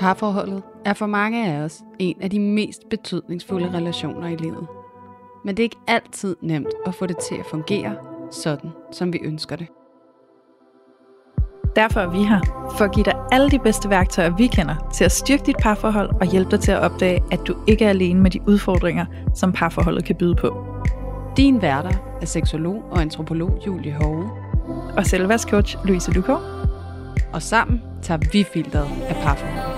Parforholdet er for mange af os en af de mest betydningsfulde relationer i livet. Men det er ikke altid nemt at få det til at fungere sådan, som vi ønsker det. Derfor er vi her, for at give dig alle de bedste værktøjer, vi kender, til at styrke dit parforhold og hjælpe dig til at opdage, at du ikke er alene med de udfordringer, som parforholdet kan byde på. Din værter er seksolog og antropolog Julie Hove Og selvværdscoach Louise Lukov. Og sammen tager vi filteret af parforholdet.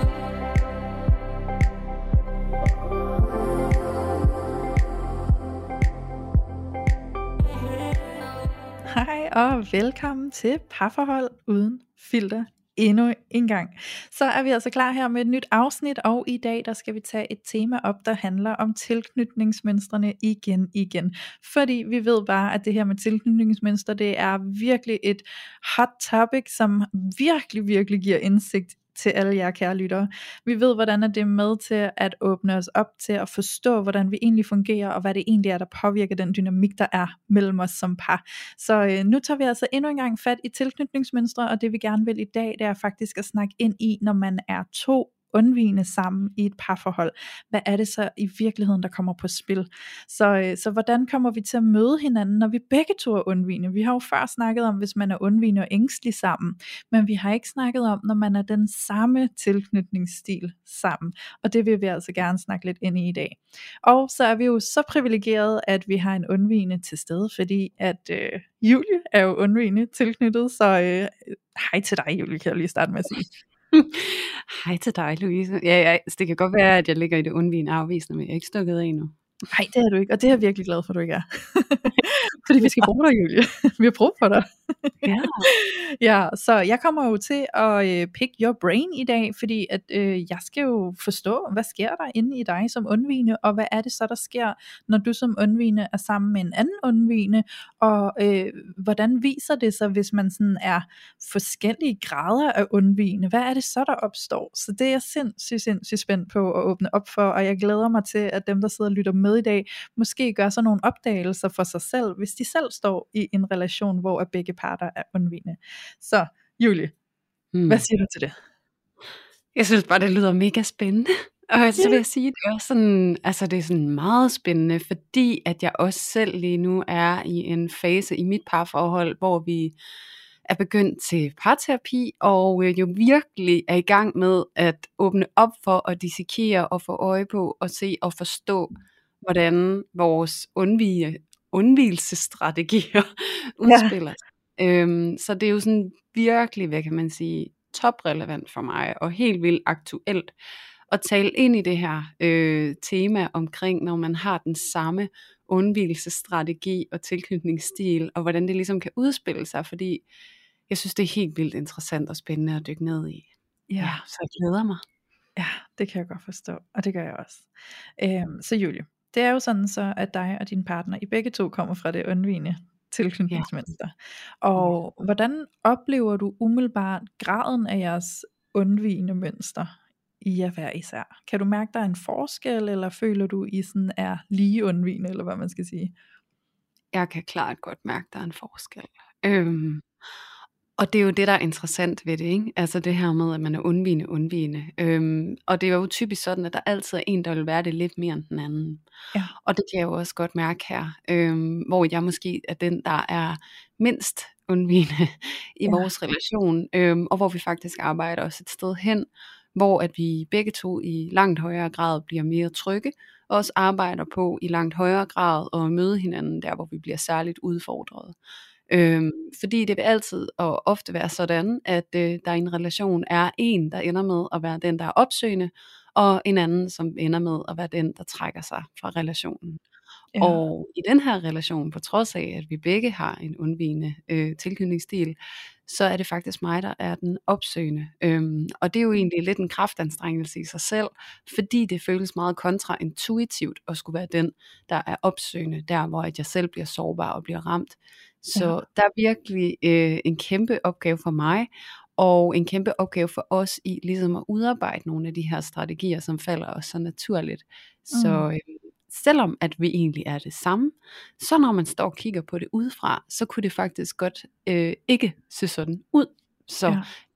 Hej og velkommen til Parforhold uden filter endnu en gang. Så er vi altså klar her med et nyt afsnit, og i dag der skal vi tage et tema op, der handler om tilknytningsmønstrene igen. Fordi vi ved bare, at det her med tilknytningsmønstre, det er virkelig et hot topic, som virkelig giver indsigt til alle jer kære lyttere. Vi ved, hvordan det er med til at åbne os op til at forstå, hvordan vi egentlig fungerer, og hvad det egentlig er, der påvirker den dynamik, der er mellem os som par. Så nu tager vi altså endnu en gang fat i tilknytningsmønstre, og det vi gerne vil i dag, det er faktisk at snakke ind i, når man er to undvigende sammen i et parforhold. Hvad er det så i virkeligheden, der kommer på spil? Så hvordan kommer vi til at møde hinanden, når vi begge to er undvigende? Vi har jo før snakket om, hvis man er undvigende og ængstelig sammen, men vi har ikke snakket om, når man er den samme tilknytningsstil sammen. Og det vil vi altså gerne snakke lidt ind i dag. Og så er vi jo så privilegerede, at vi har en undvigende til stede, fordi at Julie er jo undvigende tilknyttet, så hej til dig, Julie, kan jeg lige starte med at sige. Hej til dig, Louise. Ja, det kan godt være, at jeg ligger i det undvigende afvisende, men jeg er ikke stukket af endnu. Nej, det er du ikke, og det er jeg virkelig glad for, at du ikke er. Fordi vi skal bruge dig, Julie. Vi har brug for dig. Ja. Ja, så jeg kommer jo til at pick your brain i dag, fordi at jeg skal jo forstå, hvad sker der inde i dig som undvigende, og hvad er det så, der sker, når du som undvigende er sammen med en anden undvigende, og hvordan viser det sig, hvis man sådan er forskellige grader af undvigende? Hvad er det så, der opstår? Så det er jeg sindssygt spændt på at åbne op for, og jeg glæder mig til, at dem, der sidder og lytter med i dag, måske gør sig nogle opdagelser for sig selv, hvis de selv står i en relation, hvor begge parter er undvigende. Så Julie, hvad siger du til det? Jeg synes bare, det lyder mega spændende. Og så vil jeg sige, det er sådan, altså det er sådan meget spændende, fordi at jeg også selv lige nu er i en fase i mit parforhold, hvor vi er begyndt til parterapi, og jo virkelig er i gang med at åbne op for at dissekere og få øje på og se og forstå, hvordan vores undvigelsesstrategier udspiller. Så det er jo sådan virkelig, hvad kan man sige, toprelevant for mig, og helt vildt aktuelt at tale ind i det her tema omkring, når man har den samme undvigelsesstrategi og tilknytningsstil, og hvordan det ligesom kan udspille sig, fordi jeg synes, det er helt vildt interessant og spændende at dykke ned i. Ja, så jeg glæder mig. Ja, det kan jeg godt forstå, og det gør jeg også. Så Julie, det er jo sådan så, at dig og din partner, I begge to kommer fra det undvigende tilknytningsmønster. Og hvordan oplever du umiddelbart graden af jeres undvigende mønster i jer hver især? Kan du mærke, der er en forskel, eller føler du, I sådan er lige undvigende, eller hvad man skal sige? Jeg kan klart godt mærke, der er en forskel. Og det er jo det, der er interessant ved det, ikke? Altså det her med, at man er undvigende. Og det er jo typisk sådan, at der altid er en, der vil være det lidt mere end den anden. Ja. Og det kan jeg jo også godt mærke her, hvor jeg måske er den, der er mindst undvigende i vores relation, og hvor vi faktisk arbejder os et sted hen, hvor at vi begge to i langt højere grad bliver mere trygge, og også arbejder på i langt højere grad at møde hinanden der, hvor vi bliver særligt udfordret. Fordi det vil altid og ofte være sådan, at der i en relation er en, der ender med at være den, der er opsøgende, og en anden, som ender med at være den, der trækker sig fra relationen. Ja. Og i den her relation, på trods af, at vi begge har en undvigende tilknytningsstil, så er det faktisk mig, der er den opsøgende. Og det er jo egentlig lidt en kraftanstrengelse i sig selv, fordi det føles meget kontraintuitivt at skulle være den, der er opsøgende, der hvor at jeg selv bliver sårbar og bliver ramt. Så der er virkelig en kæmpe opgave for mig, og en kæmpe opgave for os i ligesom at udarbejde nogle af de her strategier, som falder os så naturligt. Så selvom at vi egentlig er det samme, så når man står og kigger på det udefra, så kunne det faktisk godt ikke se sådan ud. Så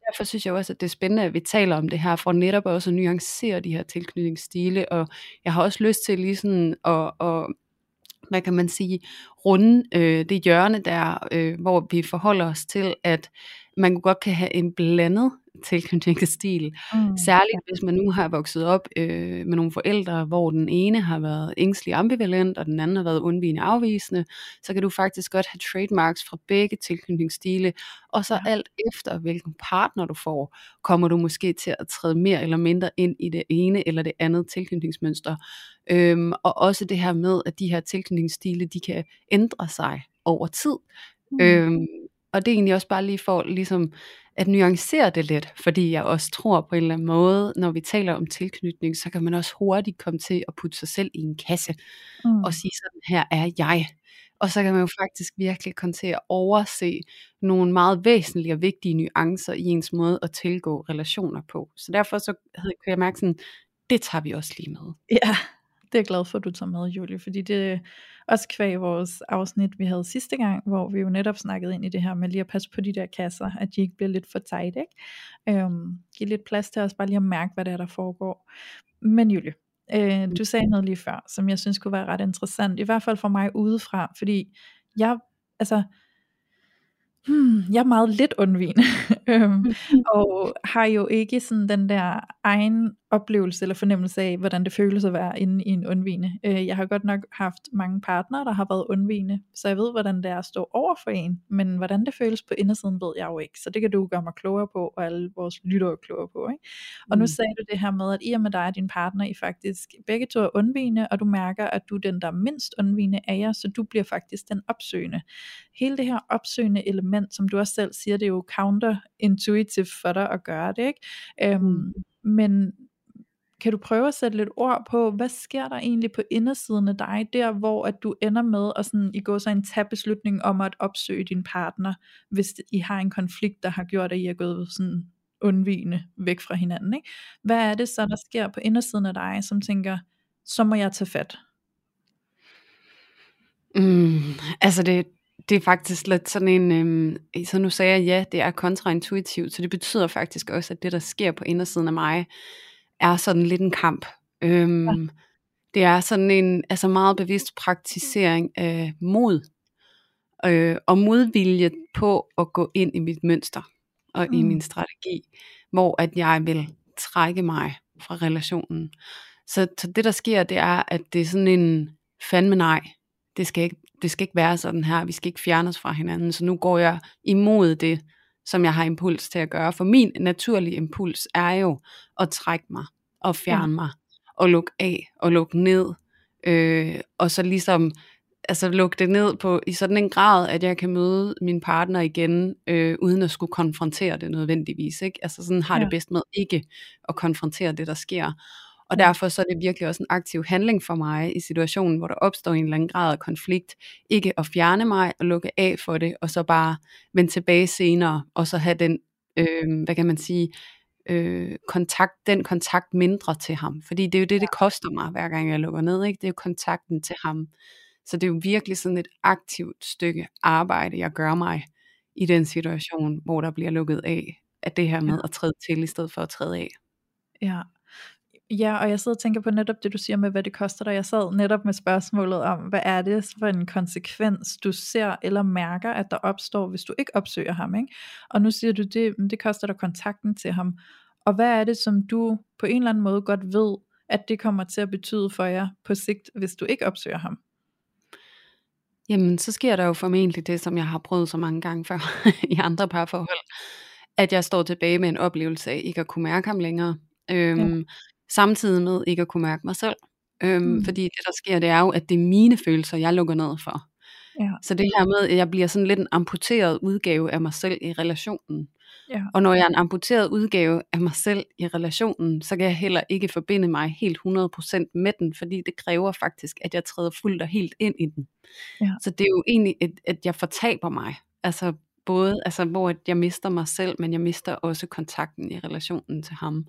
derfor synes jeg også, at det er spændende, at vi taler om det her, for netop også at nuancere de her tilknytningsstile, og jeg har også lyst til lige sådan at hvad kan man sige, runde det hjørne der, hvor vi forholder os til, at man godt kan have en blandet tilknytningsstil. Særligt hvis man nu har vokset op med nogle forældre, hvor den ene har været ængstelig ambivalent, og den anden har været undvigende afvisende, så kan du faktisk godt have trademarks fra begge tilknytningsstile, og så alt efter hvilken partner du får, kommer du måske til at træde mere eller mindre ind i det ene eller det andet tilknytningsmønster. Og også det her med, at de her tilknytningsstile, de kan ændre sig over tid. Og det er egentlig også bare lige for ligesom at nuancere det lidt, fordi jeg også tror på en eller anden måde, når vi taler om tilknytning, så kan man også hurtigt komme til at putte sig selv i en kasse, og sige sådan, her er jeg. Og så kan man jo faktisk virkelig komme til at overse nogle meget væsentlige og vigtige nuancer i ens måde at tilgå relationer på. Så derfor så kan jeg mærke sådan, det tager vi også lige med. Ja, det er jeg glad for, at du tager med, Julie, fordi det er også kvæg vores afsnit, vi havde sidste gang, hvor vi jo netop snakkede ind i det her med lige at passe på de der kasser, at de ikke bliver lidt for tight, ikke? Giv lidt plads til os bare lige at mærke, hvad det er, der foregår. Men Julie, du sagde noget lige før, som jeg synes kunne være ret interessant, i hvert fald for mig udefra, fordi jeg er meget lidt undvigende, og har jo ikke sådan den der egen oplevelse eller fornemmelse af, hvordan det føles at være inde i en undvigende. Jeg har godt nok haft mange partnere, der har været undvigende, så jeg ved, hvordan det er at stå over for en, men hvordan det føles på indersiden, ved jeg jo ikke, så det kan du gøre mig klogere på, og alle vores lyttere klogere på, ikke? Og nu sagde du det her med, at i og med dig og din partner, I faktisk begge to er undvigende, og du mærker, at du er den, der er mindst undvigende af jer, så du bliver faktisk den opsøgende. Hele det her opsøgende element, som du også selv siger, det er jo counterintuitive for dig at gøre det, ikke? Men kan du prøve at sætte lidt ord på, hvad sker der egentlig på indersiden af dig, der hvor at du ender med at sådan, I går så en tage beslutning om at opsøge din partner, hvis I har en konflikt, der har gjort, at I er gået sådan undvigende væk fra hinanden, ikke? Hvad er det så, der sker på indersiden af dig, som tænker, så må jeg tage fat? Altså det er faktisk lidt sådan en, så nu sagde jeg ja, det er kontraintuitivt, så det betyder faktisk også, at det der sker på indersiden af mig, er sådan lidt en kamp. Det er sådan en altså meget bevidst praktisering af mod, og modvilje på at gå ind i mit mønster, og i min strategi, hvor at jeg vil trække mig fra relationen. Så det der sker, det er, at det er sådan en fandme nej, det skal ikke være sådan her, vi skal ikke fjerne os fra hinanden, så nu går jeg imod det, som jeg har impuls til at gøre, for min naturlige impuls er jo at trække mig, og fjerne mig, og lukke af, og lukke ned, og så ligesom, altså lukke det ned på, i sådan en grad, at jeg kan møde min partner igen, uden at skulle konfrontere det nødvendigvis, ikke? Altså sådan har det bedst med ikke at konfrontere det, der sker. Og derfor så er det virkelig også en aktiv handling for mig i situationen, hvor der opstår en eller anden grad af konflikt, ikke at fjerne mig og lukke af for det, og så bare vende tilbage senere, og så have den, hvad kan man sige, kontakt mindre til ham. Fordi det er jo det koster mig, hver gang jeg lukker ned, ikke? Det er jo kontakten til ham. Så det er jo virkelig sådan et aktivt stykke arbejde, jeg gør mig i den situation, hvor der bliver lukket af det her med at træde til, i stedet for at træde af. Ja, og jeg sidder og tænker på netop det, du siger med, hvad det koster dig. Jeg sad netop med spørgsmålet om, hvad er det for en konsekvens, du ser eller mærker, at der opstår, hvis du ikke opsøger ham, ikke? Og nu siger du, det koster dig kontakten til ham. Og hvad er det, som du på en eller anden måde godt ved, at det kommer til at betyde for jer på sigt, hvis du ikke opsøger ham? Jamen, så sker der jo formentlig det, som jeg har prøvet så mange gange før i andre parforhold, at jeg står tilbage med en oplevelse af ikke at kunne mærke ham længere. Samtidig med ikke at kunne mærke mig selv. Fordi det der sker, det er jo, at det er mine følelser, jeg lukker ned for. Så det her med, at jeg bliver sådan lidt en amputeret udgave af mig selv i relationen. Og når jeg er en amputeret udgave af mig selv i relationen, så kan jeg heller ikke forbinde mig helt 100% med den, fordi det kræver faktisk, at jeg træder fuldt og helt ind i den. Så det er jo egentlig, at jeg fortaber mig. Altså både, altså hvor jeg mister mig selv, men jeg mister også kontakten i relationen til ham.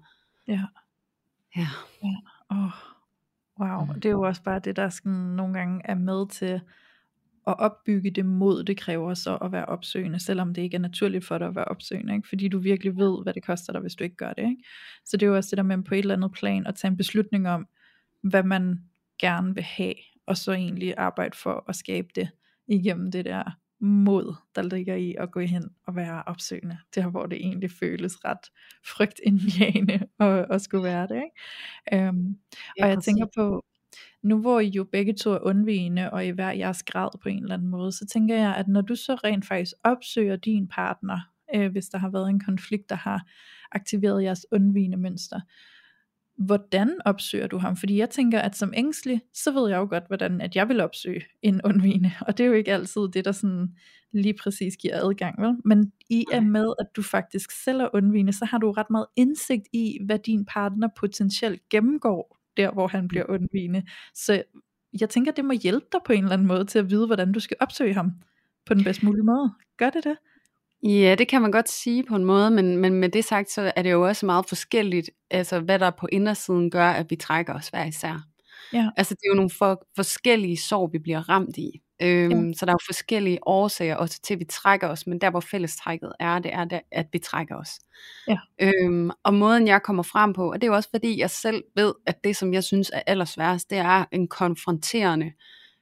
Wow. Det er jo også bare det, der sådan nogle gange er med til at opbygge det mod, det kræver så at være opsøgende, selvom det ikke er naturligt for dig at være opsøgende, ikke? Fordi du virkelig ved, hvad det koster dig, hvis du ikke gør det, ikke? Så det er jo også det der med på et eller andet plan at tage en beslutning om, hvad man gerne vil have, og så egentlig arbejde for at skabe det igennem det der mod, der ligger i at gå hen og være opsøgende. Det her, hvor det egentlig føles ret frygtindjagende at skulle være det, ikke? Og jeg tænker på, nu hvor I jo begge to er undvigende, og i hver jeres grad på en eller anden måde, så tænker jeg, at når du så rent faktisk opsøger din partner, hvis der har været en konflikt, der har aktiveret jeres undvigende mønster, hvordan opsøger du ham? Fordi jeg tænker, at som ængstelig, så ved jeg jo godt, hvordan at jeg vil opsøge en undvigende, og det er jo ikke altid det, der sådan lige præcis giver adgang, vel? Men i og med, at du faktisk selv er undvigende, så har du ret meget indsigt i, hvad din partner potentielt gennemgår, der hvor han bliver undvigende. Så jeg tænker, det må hjælpe dig på en eller anden måde til at vide, hvordan du skal opsøge ham på den bedst mulige måde. Gør det det? Ja, det kan man godt sige på en måde, men med det sagt, så er det jo også meget forskelligt, altså hvad der på indersiden gør, at vi trækker os hver især. Ja. Altså det er jo nogle forskellige sår, vi bliver ramt i. Så der er jo forskellige årsager også til, at vi trækker os, men der hvor fællestrækket er, det er, at vi trækker os. Ja. Og måden jeg kommer frem på, og det er jo også fordi, jeg selv ved, at det som jeg synes er allersværest, det er en konfronterende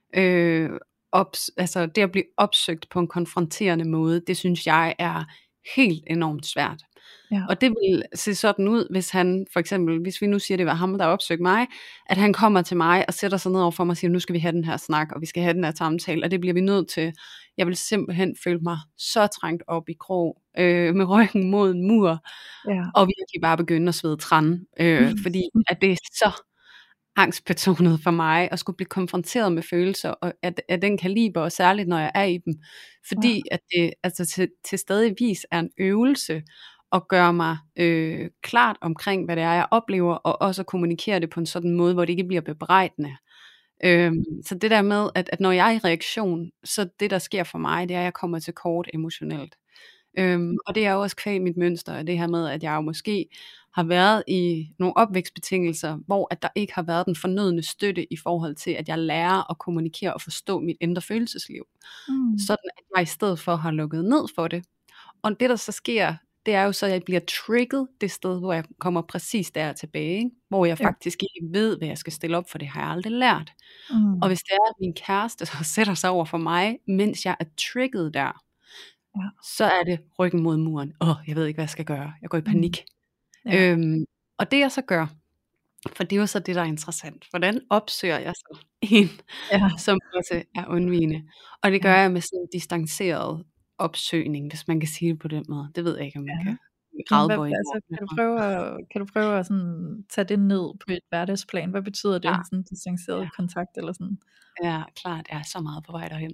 altså det at blive opsøgt på en konfronterende måde, det synes jeg er helt enormt svært. Ja. Og det vil se sådan ud, hvis han for eksempel, hvis vi nu siger, det var ham, der opsøgte mig, at han kommer til mig og sætter sig ned over for mig og siger, nu skal vi have den her snak, og vi skal have den her samtale, og det bliver vi nødt til. Jeg vil simpelthen føle mig så trængt op i krog, med ryggen mod en mur, og virkelig bare begynde at svede træn, fordi at det er så angstbetonet for mig at skulle blive konfronteret med følelser og af den kaliber, og særligt når jeg er i dem, fordi at det altså til stadigvis er en øvelse at gøre mig klart omkring hvad det er jeg oplever, og også at kommunikere det på en sådan måde, hvor det ikke bliver bebrejdende. Så det der med at når jeg er i reaktion, så det der sker for mig, det er at jeg kommer til kort emotionelt. Og det er jo også kvæg mit mønster, det her med at jeg jo måske har været i nogle opvækstbetingelser, hvor at der ikke har været den fornødne støtte i forhold til at jeg lærer at kommunikere og forstå mit indre følelsesliv, sådan at jeg i stedet for har lukket ned for det. Og det der så sker, det er jo så at jeg bliver trigget det sted, hvor jeg kommer præcis der tilbage, ikke? Hvor jeg faktisk ikke ved hvad jeg skal stille op, for det har jeg aldrig lært. Og hvis det er at min kæreste så sætter sig over for mig, mens jeg er trigget der, så er det ryggen mod muren. Jeg ved ikke hvad jeg skal gøre, jeg går i panik. Og det jeg så gør, for det er jo så det der er interessant, hvordan opsøger jeg så en som også er undvigende, og det gør jeg med sådan en distanceret opsøgning, hvis man kan sige det på den måde. Det ved jeg ikke om man kan gradbøje. Kan du prøve at sådan tage det ned på et hverdagsplan? Hvad betyder det sådan distanceret kontakt eller sådan? Ja, klart, jeg er så meget på vej derhen.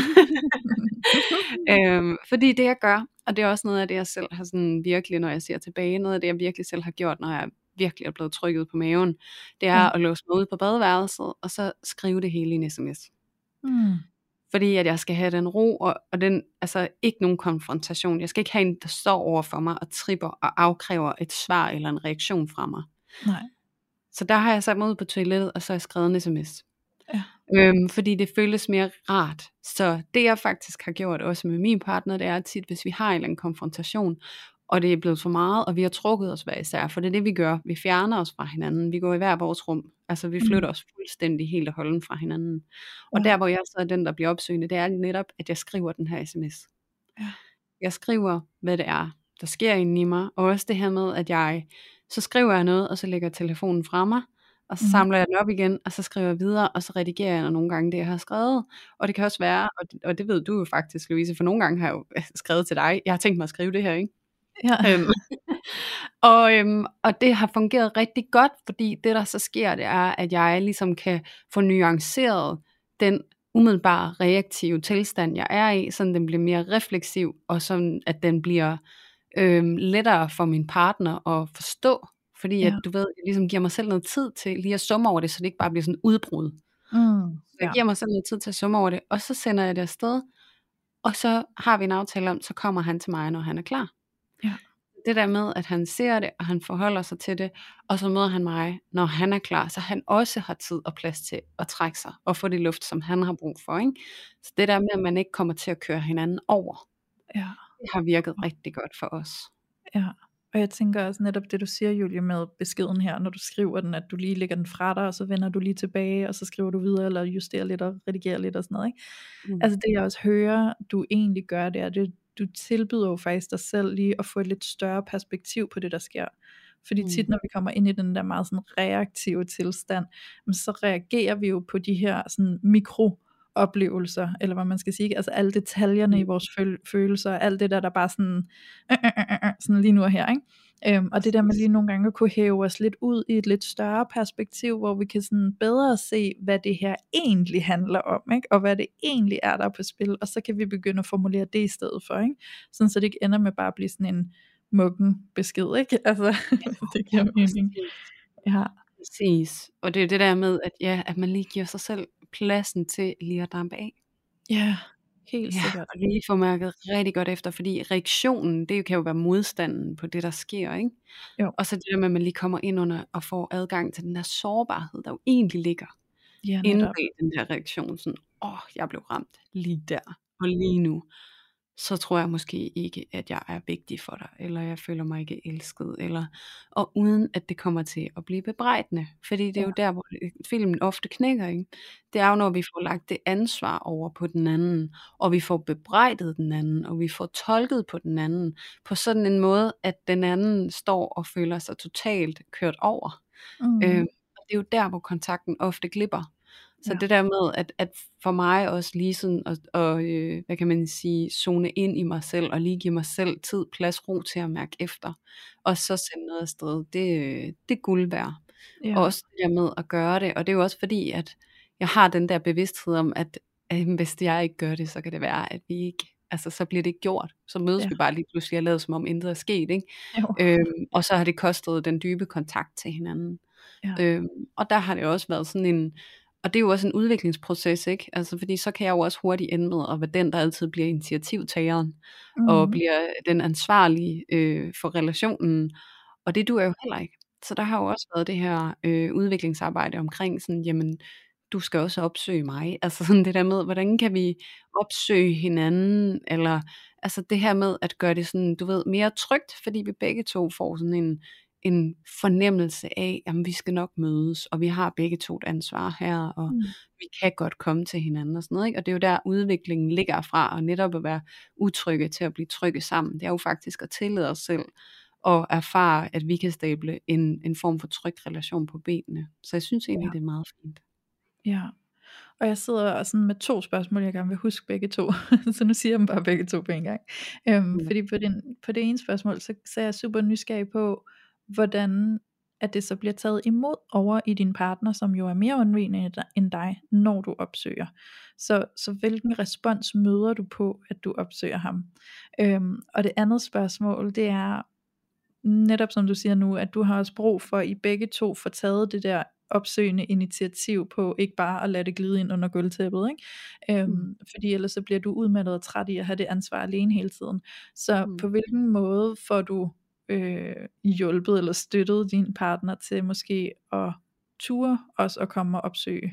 Fordi det jeg gør, og det er også noget af det jeg selv har sådan virkelig, når jeg ser tilbage, noget af det jeg virkelig selv har gjort, når jeg virkelig er blevet trykket på maven, det er at låse mig ud på badeværelset, og så skrive det hele i en sms. Fordi at jeg skal have den ro, og den, altså ikke nogen konfrontation. Jeg skal ikke have en, der står over for mig og tripper og afkræver et svar eller en reaktion fra mig. Nej. Så der har jeg sat mig ud på toilettet, og så har jeg skrevet en sms. Fordi det føles mere rart. Så det jeg faktisk har gjort også med min partner, det er tit, hvis vi har en eller anden konfrontation, og det er blevet for meget, og vi har trukket os hver især, for det er det vi gør. Vi fjerner os fra hinanden, vi går i hver vores rum, altså vi flytter os fuldstændig helt og holdent fra hinanden. Og der hvor jeg så er den der bliver opsøgende, det er netop at jeg skriver den her sms. Jeg skriver hvad det er der sker inde i mig, og også det her med at så skriver jeg noget, og så lægger telefonen fra mig, og så samler jeg den op igen, og så skriver jeg videre, og så redigerer jeg nogle gange det jeg har skrevet. Og det kan også være, og det ved du jo faktisk Louise, for nogle gange har jeg jo skrevet til dig, jeg har tænkt mig at skrive det her, ikke? Og det har fungeret rigtig godt, fordi det der så sker, det er at jeg ligesom kan få nuanceret den umiddelbare reaktive tilstand jeg er i, så den bliver mere refleksiv, og sådan at den bliver lettere for min partner at forstå, fordi at du ved, jeg ligesom giver mig selv noget tid til lige at summe over det, så det ikke bare bliver sådan et udbrud. Så jeg giver mig selv noget tid til at summe over det, og så sender jeg det afsted, og så har vi en aftale om, så kommer han til mig, når han er klar. Det der med, at han ser det, og han forholder sig til det, og så møder han mig, når han er klar, så han også har tid og plads til at trække sig, og få det luft, som han har brug for, ikke? Så det der med, at man ikke kommer til at køre hinanden over, det har virket rigtig godt for os. Ja, og jeg tænker også netop det du siger, Julie, med beskeden her, når du skriver den, at du lige lægger den fra dig, og så vender du lige tilbage, og så skriver du videre, eller justerer lidt og redigerer lidt og sådan noget, ikke? Altså det jeg også hører, du egentlig gør, det er, du tilbyder jo faktisk dig selv lige at få et lidt større perspektiv på det, der sker. Fordi tit når vi kommer ind i den der meget sådan reaktive tilstand, så reagerer vi jo på de her sådan mikrooplevelser, eller hvad man skal sige, altså alle detaljerne i vores følelser, alt det der bare sådan lige nu og her, ikke? Og det der med lige nogle gange at kunne hæve os lidt ud i et lidt større perspektiv, hvor vi kan sådan bedre se, hvad det her egentlig handler om, ikke? Og hvad det egentlig er, der er på spil, og så kan vi begynde at formulere det i stedet for, ikke? Sådan så det ikke ender med bare at blive sådan en muggen besked, ikke? Altså, det giver mening. Ja. Præcis. Og det er det der med, at man lige giver sig selv pladsen til lige at dampe af. Ja, helt sikkert. Og lige få mærket rigtig godt efter, fordi reaktionen, det kan jo være modstanden på det, der sker, ikke? Jo. Og så det der med, at man lige kommer ind under og får adgang til den der sårbarhed, der jo egentlig ligger inde bag den der reaktion. Sådan, jeg blev ramt lige der og lige nu. Så tror jeg måske ikke, at jeg er vigtig for dig, eller jeg føler mig ikke elsket, og uden at det kommer til at blive bebrejdende, fordi det er jo der, hvor filmen ofte knækker, ikke? Det er jo, når vi får lagt det ansvar over på den anden, og vi får bebrejdet den anden, og vi får tolket på den anden, på sådan en måde, at den anden står og føler sig totalt kørt over. Og det er jo der, hvor kontakten ofte glipper. Så det der med, at for mig også lige sådan, hvad kan man sige, zone ind i mig selv, og lige give mig selv tid, plads, ro til at mærke efter, og så sende noget afsted, det er guld værd. Og også det der med at gøre det, og det er jo også fordi, at jeg har den der bevidsthed om, at hvis jeg ikke gør det, så kan det være, at vi ikke, altså så bliver det ikke gjort, så mødes vi bare lige pludselig og lavet som om intet er sket, ikke? Og så har det kostet den dybe kontakt til hinanden. Og der har det også været sådan en, og det er jo også en udviklingsproces, ikke? Altså fordi så kan jeg jo også hurtigt ende med at være den, der altid bliver initiativtageren, og bliver den ansvarlige for relationen, og det duer jo heller ikke. Så der har jo også været det her udviklingsarbejde omkring sådan, jamen, du skal også opsøge mig, altså sådan det der med, hvordan kan vi opsøge hinanden, eller altså det her med at gøre det sådan, du ved, mere trygt, fordi vi begge to får sådan en fornemmelse af, at vi skal nok mødes, og vi har begge to et ansvar her, og vi kan godt komme til hinanden og sådan noget, ikke? Og det er jo der udviklingen ligger fra, og netop at være utrygge til at blive trygge sammen, det er jo faktisk at tillade os selv, og erfare, at vi kan stable en form for tryg relation på benene. Så jeg synes egentlig, det er meget fint. Ja, og jeg sidder sådan med 2 spørgsmål, jeg gerne vil huske begge to, så nu siger jeg dem bare begge to på en gang. Fordi på det ene spørgsmål, så er jeg super nysgerrig på, hvordan at det så bliver taget imod over i din partner, som jo er mere undvigende end dig, når du opsøger. Så hvilken respons møder du på, at du opsøger ham? Og det andet spørgsmål, det er netop som du siger nu, at du har også brug for, I begge to får taget det der opsøgende initiativ på, ikke bare at lade det glide ind under gulvtæppet, ikke? Fordi ellers så bliver du udmattet og træt i at have det ansvar alene hele tiden. Så på hvilken måde får du hjulpet eller støttet din partner til måske at ture også at komme og opsøge?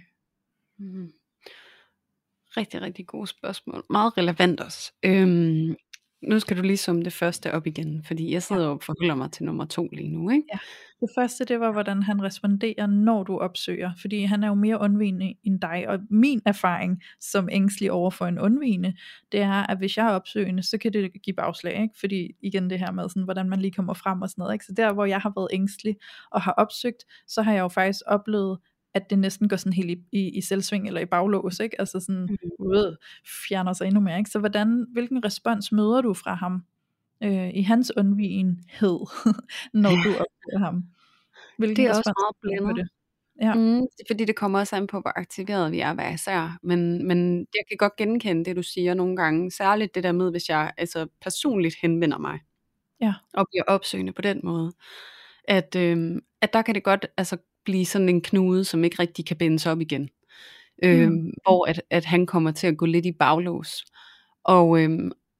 Rigtig, rigtig gode spørgsmål. Meget relevant også. Nu skal du lige summe det første op igen, fordi jeg sidder og forholder mig til nummer 2 lige nu, ikke? Ja. Det første, det var, hvordan han responderer, når du opsøger, fordi han er jo mere undvigende end dig, og min erfaring som ængstelig over for en undvigende, det er, at hvis jeg er opsøgende, så kan det give bagslag, ikke? Fordi igen det her med, sådan, hvordan man lige kommer frem og sådan noget, ikke? Så der, hvor jeg har været ængstelig og har opsøgt, så har jeg jo faktisk oplevet, at det næsten går sådan helt i selvsving eller i baglås, ikke? Altså sådan, fjerner sig endnu mere, ikke? Så hvilken respons møder du fra ham i hans undvigenhed, når du oplever ham? Hvilken det er også meget blandet. Det? Ja. Fordi det kommer også an på, hvor aktiveret vi er hver især. Men jeg kan godt genkende det, du siger nogle gange. Særligt det der med, hvis jeg altså personligt henvender mig. Og bliver opsøgende på den måde. At der kan det godt altså blive sådan en knude, som ikke rigtig kan bindes op igen. Hvor at han kommer til at gå lidt i baglås. Og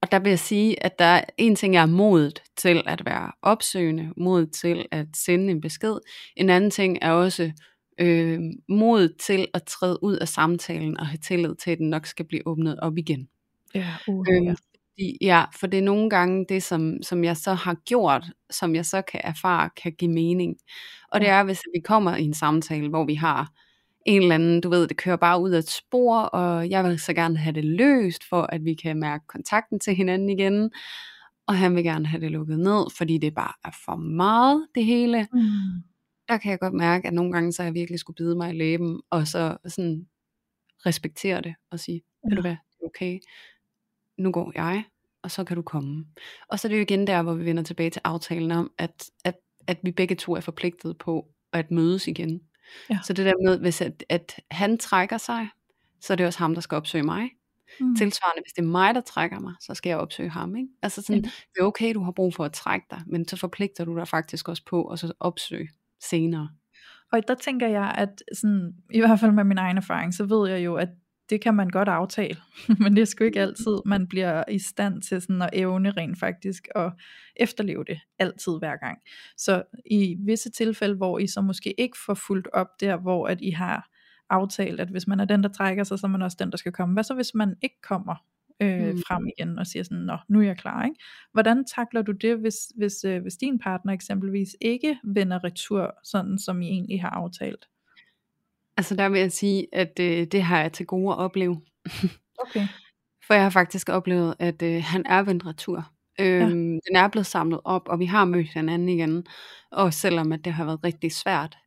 Og der vil jeg sige, at der er en ting er modet til at være opsøgende, modet til at sende en besked. En anden ting er også modet til at træde ud af samtalen og have tillid til, at den nok skal blive åbnet op igen. Ja, For det er nogle gange det, som jeg så har gjort, som jeg så kan erfare, kan give mening. Og det er, hvis vi kommer i en samtale, hvor vi har en eller anden, du ved, det kører bare ud af et spor, og jeg vil så gerne have det løst, for at vi kan mærke kontakten til hinanden igen, og han vil gerne have det lukket ned, fordi det bare er for meget, det hele. Der kan jeg godt mærke, at nogle gange, så har jeg virkelig skulle bide mig i læben, og så sådan respektere det, og sige, ved du hvad, okay, nu går jeg, og så kan du komme. Og så er det jo igen der, hvor vi vender tilbage til aftalen om, at vi begge to er forpligtet på at mødes igen. Ja. Så det der med, hvis at han trækker sig, så er det også ham, der skal opsøge mig. Tilsvarende, hvis det er mig, der trækker mig, så skal jeg opsøge ham. Ikke? Altså sådan, det er okay, du har brug for at trække dig, men så forpligter du dig faktisk også på at så opsøge senere. Og der tænker jeg, at sådan, i hvert fald med min egen erfaring, så ved jeg jo, at det kan man godt aftale, men det er sgu ikke altid, man bliver i stand til sådan at evne rent faktisk at efterleve det altid hver gang. Så i visse tilfælde, hvor I så måske ikke får fulgt op der, hvor at I har aftalt, at hvis man er den, der trækker sig, så er man også den, der skal komme. Hvad så hvis man ikke kommer frem igen og siger sådan, nå, nu er jeg klar, ikke? Hvordan takler du det, hvis din partner eksempelvis ikke vender retur, sådan som I egentlig har aftalt? Altså der vil jeg sige, at det har jeg til gode at opleve. Okay. For jeg har faktisk oplevet, at han er vendt retur. Den er blevet samlet op, og vi har mødt hinanden igen. Og selvom at det har været rigtig svært.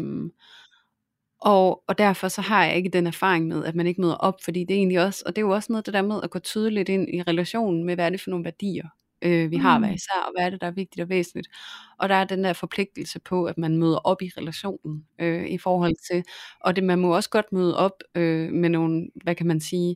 Og derfor så har jeg ikke den erfaring med, at man ikke møder op. Fordi det er egentlig også, og det er jo også noget det der med at gå tydeligt ind i relationen med, hvad er det for nogle værdier, vi har hver især, og hvad er det, der er vigtigt og væsentligt. Og der er den der forpligtelse på, at man møder op i relationen i forhold til, og det man må også godt møde op med nogle, hvad kan man sige,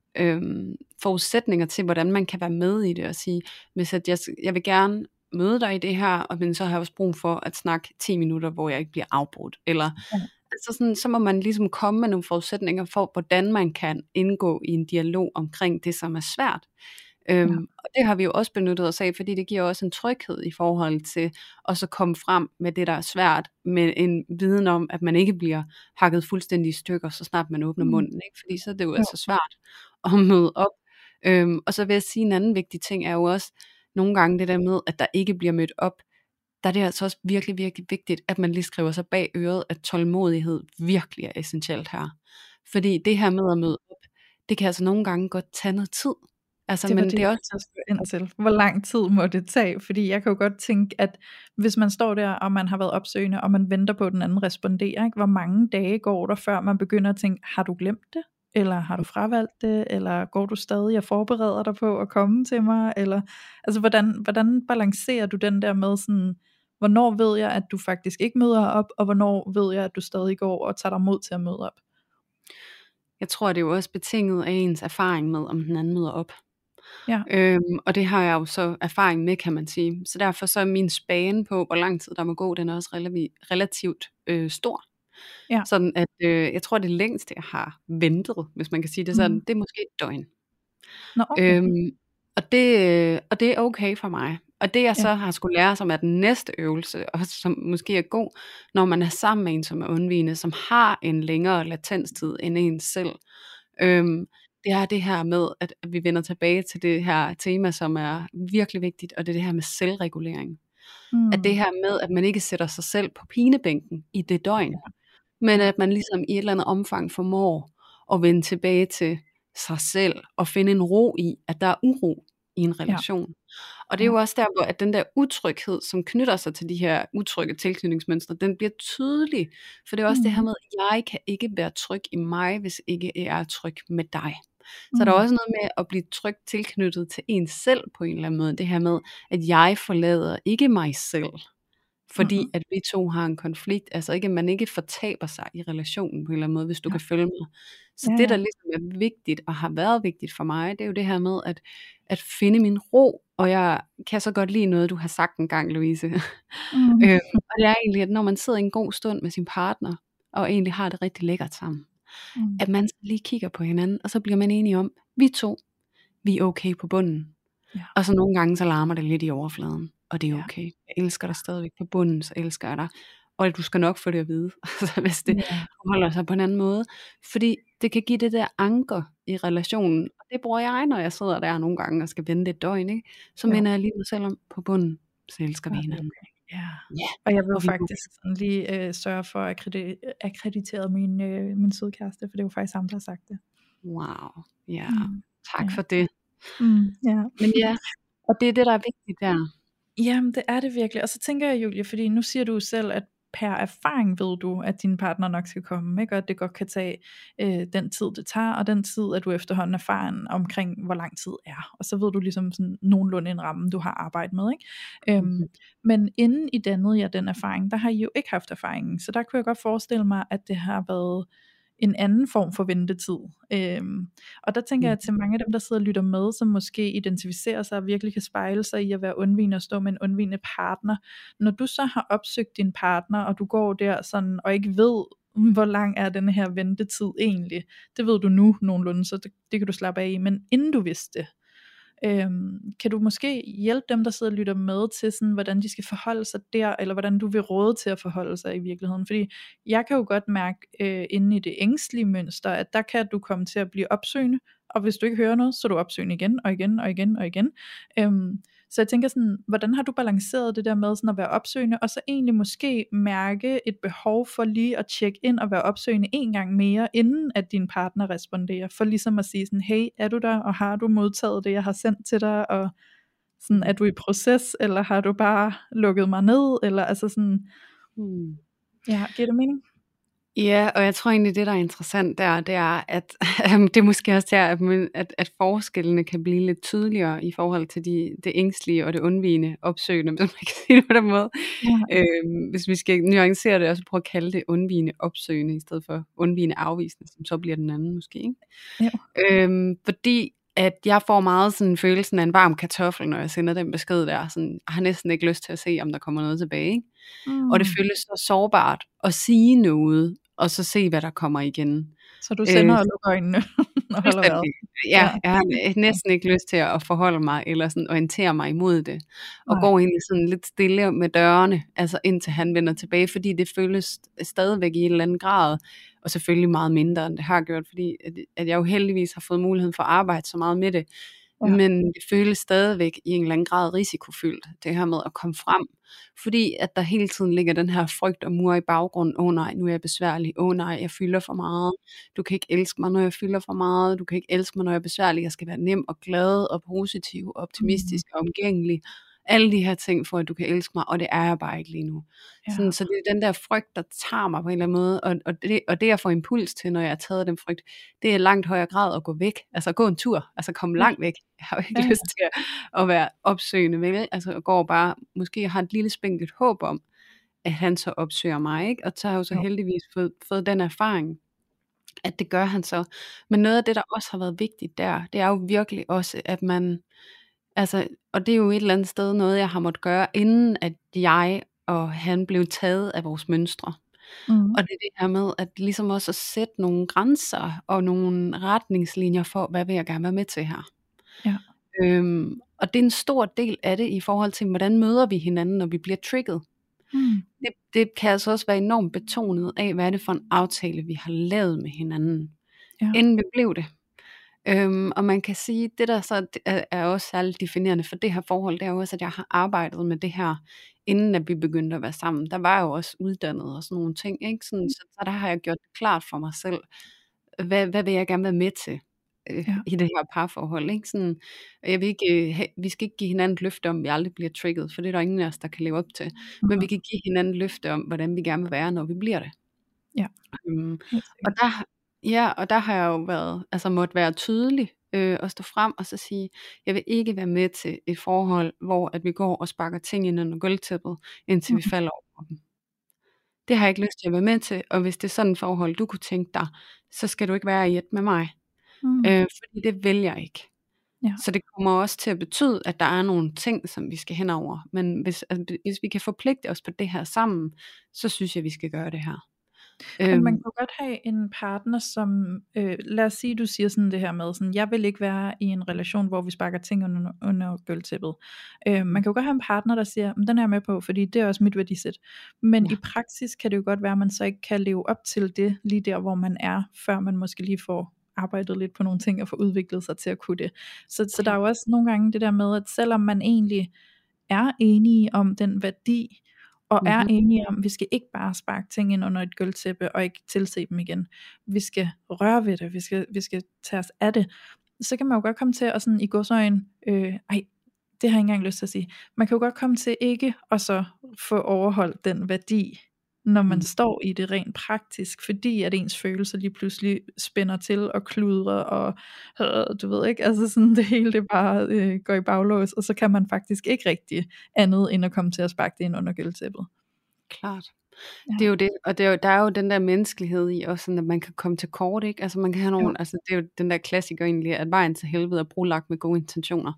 forudsætninger til, hvordan man kan være med i det, og sige, hvis at jeg vil gerne møde dig i det her, men så har jeg også brug for at snakke 10 minutter, hvor jeg ikke bliver afbrudt, eller altså sådan, så må man ligesom komme med nogle forudsætninger for, hvordan man kan indgå i en dialog omkring det, som er svært. Og det har vi jo også benyttet os af, fordi det giver også en tryghed i forhold til at så komme frem med det, der er svært, med en viden om, at man ikke bliver hakket fuldstændig i stykker, så snart man åbner munden, ikke? Fordi så er det jo altså svært at møde op. Og så vil jeg sige, en anden vigtig ting er jo også, nogle gange det der med, at der ikke bliver mødt op, der er det altså også virkelig, virkelig vigtigt, at man lige skriver sig bag øret, at tålmodighed virkelig er essentielt her. Fordi det her med at møde op, det kan altså nogle gange godt tage noget tid. Altså, men det er også ind til. Hvor lang tid må det tage? Fordi jeg kan jo godt tænke, at hvis man står der, og man har været opsøgende, og man venter på, at den anden responderer, ikke? Hvor mange dage går der, før man begynder at tænke, har du glemt det? Eller har du fravalgt det? Eller går du stadig og forbereder dig på at komme til mig? Eller, altså, hvordan balancerer du den der med sådan, hvornår ved jeg, at du faktisk ikke møder op, og hvornår ved jeg, at du stadig går og tager dig mod til at møde op? Jeg tror, det er jo også betinget af ens erfaring med, om den anden møder op. Ja. Og det har jeg jo så erfaring med, kan man sige. Så derfor så er min spane på, hvor lang tid der må gå, den er også relativt stor. Ja. Sådan at jeg tror, det længste jeg har ventet, hvis man kan sige det sådan, det er måske et døgn. Nå, okay. Og det er okay for mig. Og det jeg så har skulle lære, som er den næste øvelse, og som måske er god, når man er sammen med en, som er undvigende, som har en længere latenstid end en selv. Det er det her med, at vi vender tilbage til det her tema, som er virkelig vigtigt, og det er det her med selvregulering. At det her med, at man ikke sætter sig selv på pinebænken i det døgn, men at man ligesom i et eller andet omfang formår at vende tilbage til sig selv, og finde en ro i, at der er uro i en relation. Og det er jo også der, hvor at den der utryghed, som knytter sig til de her utrygge tilknytningsmønstre, den bliver tydelig. For det er også det her med, at jeg kan ikke være tryg i mig, hvis ikke jeg er tryg med dig. Så der er også noget med at blive trygt tilknyttet til en selv på en eller anden måde. Det her med, at jeg forlader ikke mig selv, fordi at vi to har en konflikt. Altså ikke, at man ikke fortaber sig i relationen på en eller anden måde, hvis du kan følge mig. Så det, der ligesom er vigtigt, og har været vigtigt for mig, det er jo det her med, at finde min ro. Og jeg kan så godt lide noget, du har sagt en gang, Louise. Og det er egentlig, at når man sidder en god stund med sin partner, og egentlig har det rigtig lækkert sammen, at man lige kigger på hinanden, og så bliver man enige om, vi to, vi er okay på bunden. Ja. Og så nogle gange så larmer det lidt i overfladen, og det er Ja. okay. Jeg elsker dig stadigvæk på bunden, så elsker jeg dig. Og du skal nok få det at vide, altså, hvis det holder sig på en anden måde. Fordi det kan give det der anker i relationen. Og det bruger jeg, når jeg sidder der nogle gange og skal vente et døgn. Ikke? Så minder jeg lige mig selv om, på bunden, så elsker vi hinanden. Okay. Ja. Ja. Og jeg vil Og faktisk sådan lige sørge for at akkreditere min sødkæreste, for det er jo faktisk ham, der har sagt det. Wow. Ja. Tak for det. Ja. Men ja, og det er det, der er vigtigt der. Jamen det er det virkelig. Og så tænker jeg, Julie, fordi nu siger du selv, at per erfaring ved du, at din partner nok skal komme, ikke? Og at det godt kan tage den tid det tager, og den tid, at du efterhånden erfaren omkring, hvor lang tid er. Og så ved du ligesom sådan nogenlunde en ramme, du har arbejdet med, ikke? Men inden I dannede jer den erfaring, der har I jo ikke haft erfaringen, så der kunne jeg godt forestille mig, at det har været en anden form for ventetid. Og der tænker jeg til mange af dem, der sidder og lytter med, som måske identificerer sig og virkelig kan spejle sig i at være undvigende og stå med en undvigende partner. Når du så har opsøgt din partner, og du går der sådan, og ikke ved, hvor lang er den her ventetid egentlig, det ved du nu nogenlunde, så det kan du slappe af i, men inden du vidste det, kan du måske hjælpe dem, der sidder og lytter med til sådan, hvordan de skal forholde sig der, eller hvordan du vil råde til at forholde sig i virkeligheden, fordi jeg kan jo godt mærke inde i det ængstlige mønster, at der kan du komme til at blive opsøgende, og hvis du ikke hører noget, så er du opsøgende igen, og igen, og igen, og igen. Så jeg tænker sådan, hvordan har du balanceret det der med sådan at være opsøgende, og så egentlig måske mærke et behov for lige at tjekke ind og være opsøgende en gang mere, inden at din partner responderer, for ligesom at sige sådan, hey, er du der, og har du modtaget det, jeg har sendt til dig, og sådan, er du i proces, eller har du bare lukket mig ned, eller altså sådan, ja, giver det mening? Ja, og jeg tror egentlig, det der er interessant der, det er, at det er måske også der, at forskellene kan blive lidt tydeligere i forhold til det ængstlige og det undvigende opsøgende, hvis man kan sige det på den måde. Ja. Hvis vi skal nuancere det, og så prøve at kalde det undvigende opsøgende, i stedet for undvigende afvisende, som så bliver den anden måske. Ikke? Ja. Fordi at jeg får meget sådan følelsen af en varm kartoffel, når jeg sender den besked der. Sådan, jeg har næsten ikke lyst til at se, om der kommer noget tilbage. Ikke? Og det føles så sårbart at sige noget, og så se, hvad der kommer igen. Så du sender og lukker øjnene og holder vejret. Ja, jeg har næsten ikke lyst til at forholde mig, eller sådan orientere mig imod det. Og går egentlig sådan lidt stille med dørene, altså indtil han vender tilbage, fordi det føles stadigvæk i en eller anden grad, og selvfølgelig meget mindre, end det har gjort, fordi at jeg jo heldigvis har fået muligheden for at arbejde så meget med det. Ja. Men det føles stadigvæk i en eller anden grad risikofyldt, det her med at komme frem. Fordi at der hele tiden ligger den her frygt og mur i baggrunden. Nej, nu er jeg besværlig. Nej, jeg fylder for meget. Du kan ikke elske mig, når jeg fylder for meget. Du kan ikke elske mig, når jeg er besværlig. Jeg skal være nem og glad og positiv og optimistisk og omgængelig. Alle de her ting for, at du kan elske mig, og det er jeg bare ikke lige nu. Ja. Så det er den der frygt, der tager mig på en eller anden måde, og det jeg får impuls til, når jeg har taget den frygt, det er langt højere grad at gå væk, altså gå en tur, altså komme langt væk. Jeg har jo ikke lyst til at være opsøgende, vel? Altså jeg går bare, måske har et lille spinkelt håb om, at han så opsøger mig, ikke? Og så har jeg jo så heldigvis fået den erfaring, at det gør han så. Men noget af det, der også har været vigtigt der, det er jo virkelig også, at man, altså, og det er jo et eller andet sted noget, jeg har måttet gøre, inden at jeg og han blev taget af vores mønstre. Og det er det her med, at ligesom også at sætte nogle grænser og nogle retningslinjer for, hvad vil jeg gerne være med til her. Ja. Og det er en stor del af det i forhold til, hvordan møder vi hinanden, når vi bliver trigget. Det kan altså også være enormt betonet af, hvad er det for en aftale, vi har lavet med hinanden, inden vi blev det. Og man kan sige, det der så er også særligt definerende for det her forhold, det er jo også, at jeg har arbejdet med det her, inden at vi begyndte at være sammen. Der var jo også uddannet og sådan nogle ting, ikke? Så der har jeg gjort det klart for mig selv, hvad vil jeg gerne være med til i det her parforhold, ikke? Sådan, jeg vil ikke, vi skal ikke give hinanden et løfte om, at vi aldrig bliver trigget, for det er der ingen af os, der kan leve op til. Men vi kan give hinanden et løfte om, hvordan vi gerne vil være, når vi bliver det. Ja. Og der har jeg jo måtte være tydelig og stå frem og så sige, jeg vil ikke være med til et forhold, hvor at vi går og sparker ting ind under gulvtæppet, indtil vi falder over dem. Det har jeg ikke lyst til at være med til, og hvis det er sådan et forhold, du kunne tænke dig, så skal du ikke være i et med mig. Fordi det vil jeg ikke. Ja. Så det kommer også til at betyde, at der er nogle ting, som vi skal hen over. Men hvis vi kan forpligte os på det her sammen, så synes jeg, vi skal gøre det her. Men man kan jo godt have en partner, som, lad os sige, du siger sådan det her med, sådan, jeg vil ikke være i en relation, hvor vi sparker ting under gulvtæppet. Man kan jo godt have en partner, der siger, den er jeg med på, fordi det er også mit værdisæt. Men i praksis kan det jo godt være, at man så ikke kan leve op til det, lige der hvor man er, før man måske lige får arbejdet lidt på nogle ting, og får udviklet sig til at kunne det. Så der er jo også nogle gange det der med, at selvom man egentlig er enige om den værdi, og er enige om, vi skal ikke bare sparke ting ind under et gulvtæppe, og ikke tilse dem igen. Vi skal røre ved det, vi skal tage os af det. Så kan man jo godt komme til at sådan i gåseøjne, det har jeg ikke engang lyst til at sige, man kan jo godt komme til ikke at så få overholdt den værdi, når man står i det rent praktisk, fordi at ens følelser lige pludselig spænder til og kludrer, og du ved ikke, altså sådan det hele det bare går i baglås, og så kan man faktisk ikke rigtig andet end at komme til at sparke det ind under gulvtæppet. Klart. Det er jo det, og der er jo den der menneskelighed i også, sådan, at man kan komme til kort, ikke? Altså man kan have nogle, altså det er jo den der klassiker egentlig, at vejen til helvede er brolagt med gode intentioner.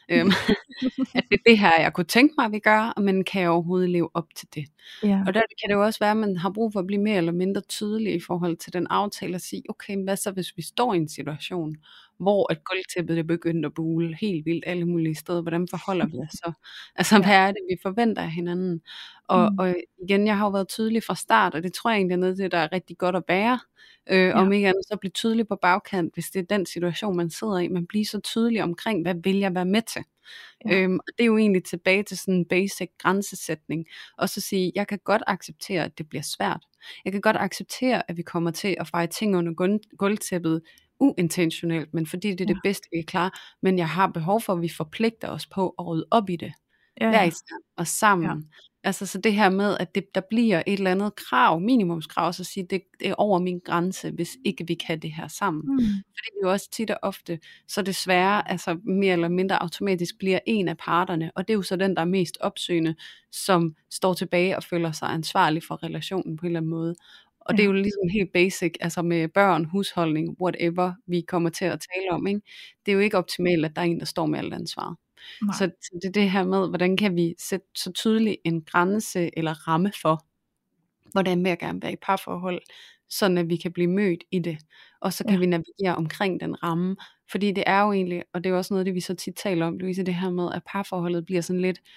At det er det her, jeg kunne tænke mig, at vi gør, men kan jeg overhovedet leve op til det? Og der kan det jo også være, at man har brug for at blive mere eller mindre tydelig i forhold til den aftale, og sige, okay, hvad så hvis vi står i en situation, hvor at gulvtæppet er begyndt at bule helt vildt alle mulige steder, hvordan forholder vi os så? Altså hvad er det, vi forventer af hinanden? Og igen, jeg har jo været tydelig fra start, og det tror jeg egentlig er noget af det, der er rigtig godt at bære. Om ikke andet, så blive tydelig på bagkant, hvis det er den situation, man sidder i. Man bliver så tydelig omkring, hvad vil jeg være med til? Og det er jo egentlig tilbage til sådan en basic grænsesætning. Og så sige, jeg kan godt acceptere, at det bliver svært. Jeg kan godt acceptere, at vi kommer til at feje ting under gulvtæppet uintentionelt, men fordi det er det bedste, vi kan klare. Men jeg har behov for, at vi forpligter os på at rydde op i det. Hver især og sammen. Altså så det her med, at der bliver et eller andet krav, minimumskrav, så at sige, det er over min grænse, hvis ikke vi kan det her sammen. Fordi vi jo også tit og ofte, så desværre, altså mere eller mindre automatisk bliver en af parterne, og det er jo så den, der er mest opsøgende, som står tilbage og føler sig ansvarlig for relationen på en eller anden måde. Og det er jo ligesom helt basic, altså med børn, husholdning, whatever vi kommer til at tale om, ikke? Det er jo ikke optimalt, at der er en, der står med alt ansvaret. Så det er det her med, hvordan kan vi sætte så tydeligt en grænse eller ramme for, hvordan vil jeg gerne være i parforhold, sådan at vi kan blive mødt i det, og så kan vi navigere omkring den ramme, fordi det er jo egentlig, og det er jo også noget, det vi så tit taler om, Louise, det her med, at parforholdet bliver sådan lidt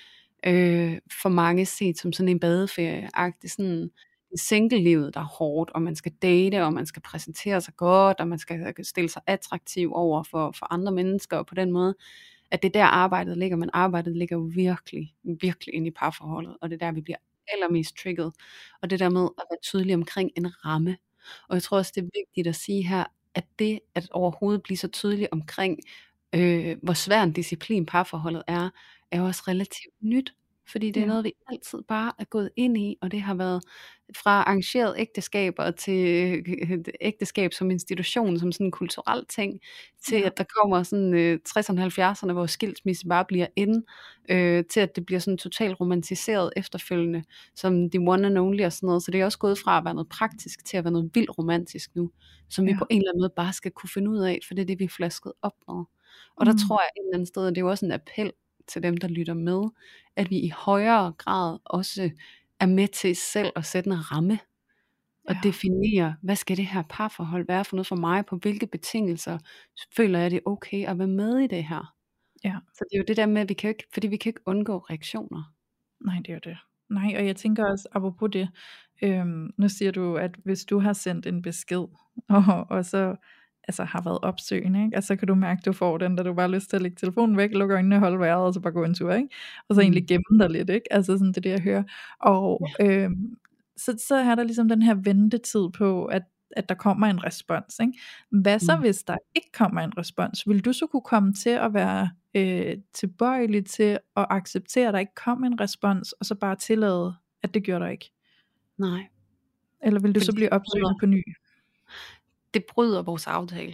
for mange set som sådan en badeferie-agtig, sådan single-livet, der er hårdt, og man skal date, og man skal præsentere sig godt, og man skal stille sig attraktiv over for andre mennesker, og på den måde, at det er der arbejdet ligger, men arbejdet ligger jo virkelig, virkelig inde i parforholdet, og det er der, vi bliver allermest trigget, og det der med at være tydelig omkring en ramme, og jeg tror også, det er vigtigt at sige her, at det at overhovedet blive så tydelig omkring, hvor svær en disciplin parforholdet er jo også relativt nyt, fordi det er noget, vi altid bare er gået ind i, og det har været fra arrangerede ægteskaber til et ægteskab som institution, som sådan en kulturel ting, til at der kommer sådan 60'erne og 70'erne, hvor skilsmisse bare bliver inde, til at det bliver sådan totalt romantiseret efterfølgende, som the one and only og sådan noget, så det er også gået fra at være noget praktisk, til at være noget vildt romantisk nu, som vi på en eller anden måde bare skal kunne finde ud af, for det er det, vi er flasket op med. Og der tror jeg et eller andet sted, og det er jo også en appel til dem, der lytter med, at vi i højere grad også er med til selv at sætte en ramme, og definere, hvad skal det her parforhold være for noget for mig, på hvilke betingelser føler jeg det okay at være med i det her. Så det er jo det der med, at vi kan ikke undgå reaktioner. Nej, det er jo det. Nej, og jeg tænker også, apropos det, nu siger du, at hvis du har sendt en besked, og så altså har været opsøgende, ikke? Altså, så kan du mærke, at du får den, da du bare har lyst til at lægge telefonen væk, lukke øjnene, holde vejret, og så bare gå en tur, ikke? Og så egentlig gemme dig lidt, ikke? Altså sådan, det er det, jeg hører. Og så er der ligesom den her ventetid på, at der kommer en respons, ikke? Hvad så, hvis der ikke kommer en respons? Vil du så kunne komme til at være tilbøjelig til at acceptere, at der ikke kom en respons, og så bare tillade, at det gjorde der ikke? Nej. Eller vil du så blive opsøgende på ny? Det bryder vores aftale.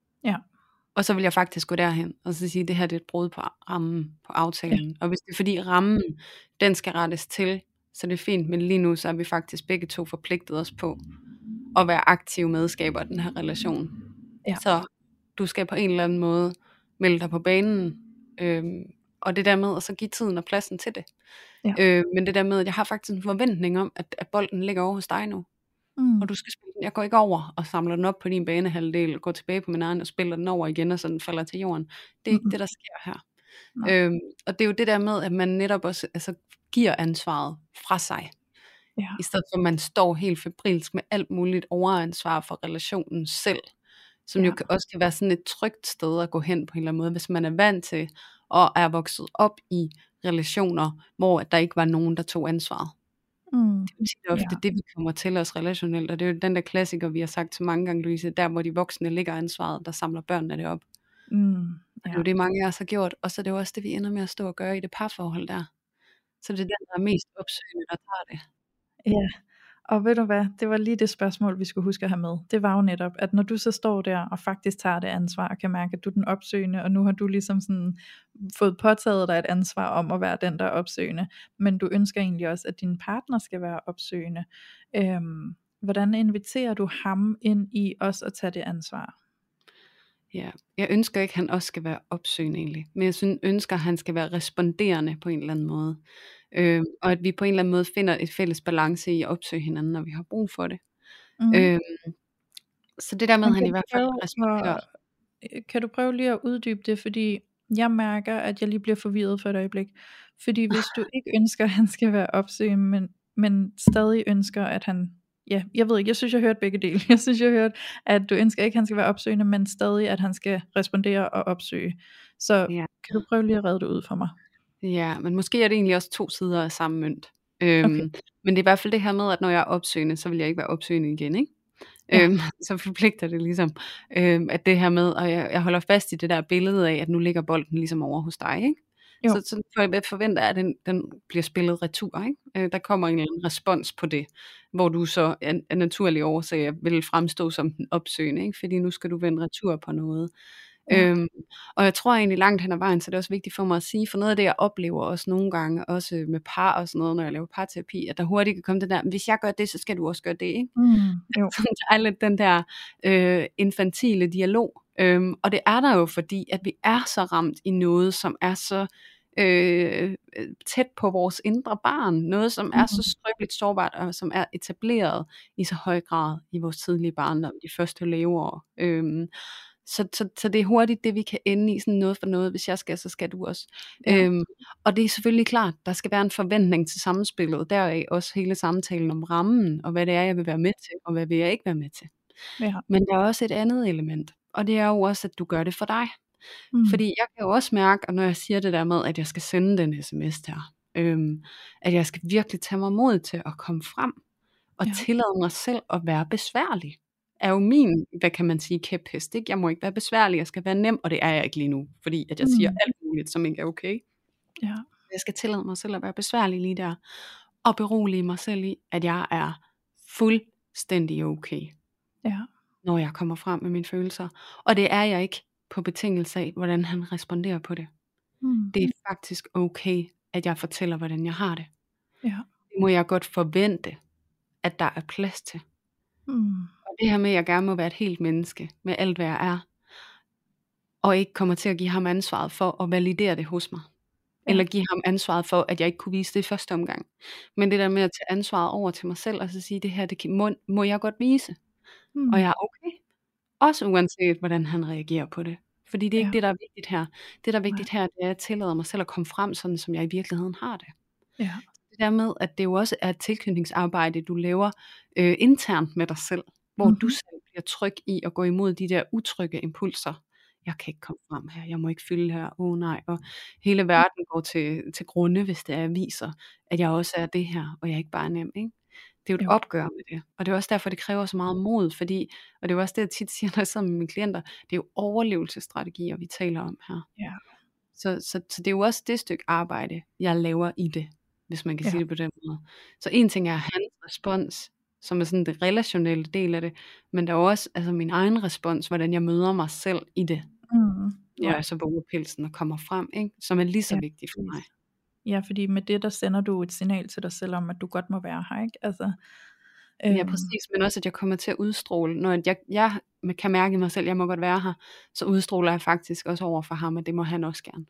Og så vil jeg faktisk gå derhen og så sige, at det her det er et brud på rammen på aftalen. Og hvis det er fordi rammen, den skal rettes til, så det er fint, men lige nu så er vi faktisk begge to forpligtet os på at være aktive medskaber i den her relation. Så du skal på en eller anden måde melde dig på banen, og det der med at så give tiden og pladsen til det. Men det der med, at jeg har faktisk en forventning om, at bolden ligger over hos dig nu. Og du skal spille den. Jeg går ikke over og samler den op på din banehalvdel, og går tilbage på min egen og spiller den over igen, og så den falder til jorden. Det er ikke det, der sker her. Og det er jo det der med, at man netop også giver ansvaret fra sig. Ja. I stedet for at man står helt febrilsk med alt muligt overansvar for relationen selv. Som jo også kan være sådan et trygt sted at gå hen på en eller anden måde, hvis man er vant til og er vokset op i relationer, hvor der ikke var nogen, der tog ansvaret. Det er ofte det, vi kommer til os relationelt, og det er jo den der klassiker, vi har sagt så mange gange, Louise, der hvor de voksne ligger ansvaret, der samler børnene det op. Og det er jo det, mange af os har gjort, og så er det jo også det, vi ender med at stå og gøre i det parforhold der. Så det er den, der er mest opsøgende, der tager det. Ja, og ved du hvad, det var lige det spørgsmål, vi skulle huske at have med. Det var jo netop, at når du så står der og faktisk tager det ansvar, og kan mærke, at du er den opsøgende, og nu har du ligesom sådan fået påtaget dig et ansvar om at være den, der er opsøgende, men du ønsker egentlig også, at din partner skal være opsøgende. Hvordan inviterer du ham ind i også at tage det ansvar? Ja, jeg ønsker ikke, at han også skal være opsøgende egentlig, men jeg ønsker, at han skal være responderende på en eller anden måde. Og at vi på en eller anden måde finder et fælles balance i at opsøge hinanden, når vi har brug for det. Så det der med, at han i hvert fald respekterer. Kan du prøve lige at uddybe det, fordi jeg mærker, at jeg lige bliver forvirret for et øjeblik. Fordi hvis du ikke ønsker, at han skal være opsøgende, men stadig ønsker, at han... Ja, jeg ved ikke, jeg synes, jeg hørte begge dele. Jeg synes, jeg hørte, at du ønsker ikke, at han skal være opsøgende, men stadig, at han skal respondere og opsøge. Så kan du prøve lige at redde det ud for mig? Ja, men måske er det egentlig også to sider af samme mønt. Men det er i hvert fald det her med, at når jeg er opsøgende, så vil jeg ikke være opsøgende igen, ikke? Så forpligter det ligesom, at det her med, og jeg holder fast i det der billede af, at nu ligger bolden ligesom over hos dig, ikke? Så jeg forventer, at den bliver spillet retur, ikke? Der kommer en eller anden respons på det, hvor du så af naturlige årsager vil fremstå som den opsøgende, ikke? Fordi nu skal du vende retur på noget. Og jeg tror egentlig langt hen ad vejen, så det er også vigtigt for mig at sige, for noget af det jeg oplever også nogle gange, også med par og sådan noget, når jeg laver parterapi, at der hurtigt kan komme det der, hvis jeg gør det, så skal du også gøre det, ikke? Så der er lidt den der infantile dialog, og det er der jo fordi, at vi er så ramt i noget, som er så tæt på vores indre barn, noget som er så skrøbeligt sårbart, og som er etableret i så høj grad i vores tidlige barndom, de første leveår. Så det er hurtigt det, vi kan ende i, sådan noget for noget. Hvis jeg skal, så skal du også. Og det er selvfølgelig klart, der skal være en forventning til samspillet. Deraf også hele samtalen om rammen, og hvad det er, jeg vil være med til, og hvad vil jeg ikke være med til. Men der er også et andet element, og det er jo også, at du gør det for dig. Fordi jeg kan jo også mærke, og når jeg siger det der med, at jeg skal sende den sms der, at jeg skal virkelig tage mig mod til at komme frem, og tillade mig selv at være besværlig. Er jo min, hvad kan man sige, kæphest, ikke? Jeg må ikke være besværlig, jeg skal være nem, og det er jeg ikke lige nu, fordi at jeg siger alt muligt, som ikke er okay. Jeg skal tillade mig selv at være besværlig lige der, og berolige mig selv i, at jeg er fuldstændig okay, når jeg kommer frem med mine følelser. Og det er jeg ikke på betingelse af, hvordan han responderer på det. Det er faktisk okay, at jeg fortæller, hvordan jeg har det. Det må jeg godt forvente, at der er plads til. Og det her med, at jeg gerne må være et helt menneske, med alt hvad jeg er, og ikke kommer til at give ham ansvaret for at validere det hos mig. Eller give ham ansvaret for, at jeg ikke kunne vise det i første omgang. Men det der med at tage ansvaret over til mig selv, og så sige, det her det må jeg godt vise. Og jeg er okay. Også uanset, hvordan han reagerer på det. Fordi det er ikke det, der er vigtigt her. Det, der er vigtigt her, det er, at jeg tillader mig selv at komme frem, sådan som jeg i virkeligheden har det. Det der med, at det jo også er et tilknytningsarbejde, du laver internt med dig selv, hvor du selv bliver tryg i at gå imod de der utrygge impulser. Jeg kan ikke komme frem her, jeg må ikke fylde her, nej. Og hele verden går til grunde, hvis det viser, at jeg også er det her, og jeg ikke bare er nem, ikke? Det er jo et opgør med det, og det er også derfor, det kræver så meget mod, fordi, og det er jo også det, jeg tit siger, når jeg sidder med mine klienter, det er jo overlevelsesstrategier, vi taler om her. Så det er jo også det stykke arbejde, jeg laver i det, hvis man kan sige det på den måde. Så en ting er hans respons, som er sådan det relationelle del af det, men der er også altså min egen respons, hvordan jeg møder mig selv i det, når jeg så våger pelsen og kommer frem, ikke? Som er lige så vigtigt for mig. Ja, fordi med det, der sender du et signal til dig selv om, at du godt må være her, ikke? Altså, ja, præcis, men også, at jeg kommer til at udstråle, når jeg kan mærke i mig selv, at jeg må godt være her, så udstråler jeg faktisk også over for ham, at det må han også gerne.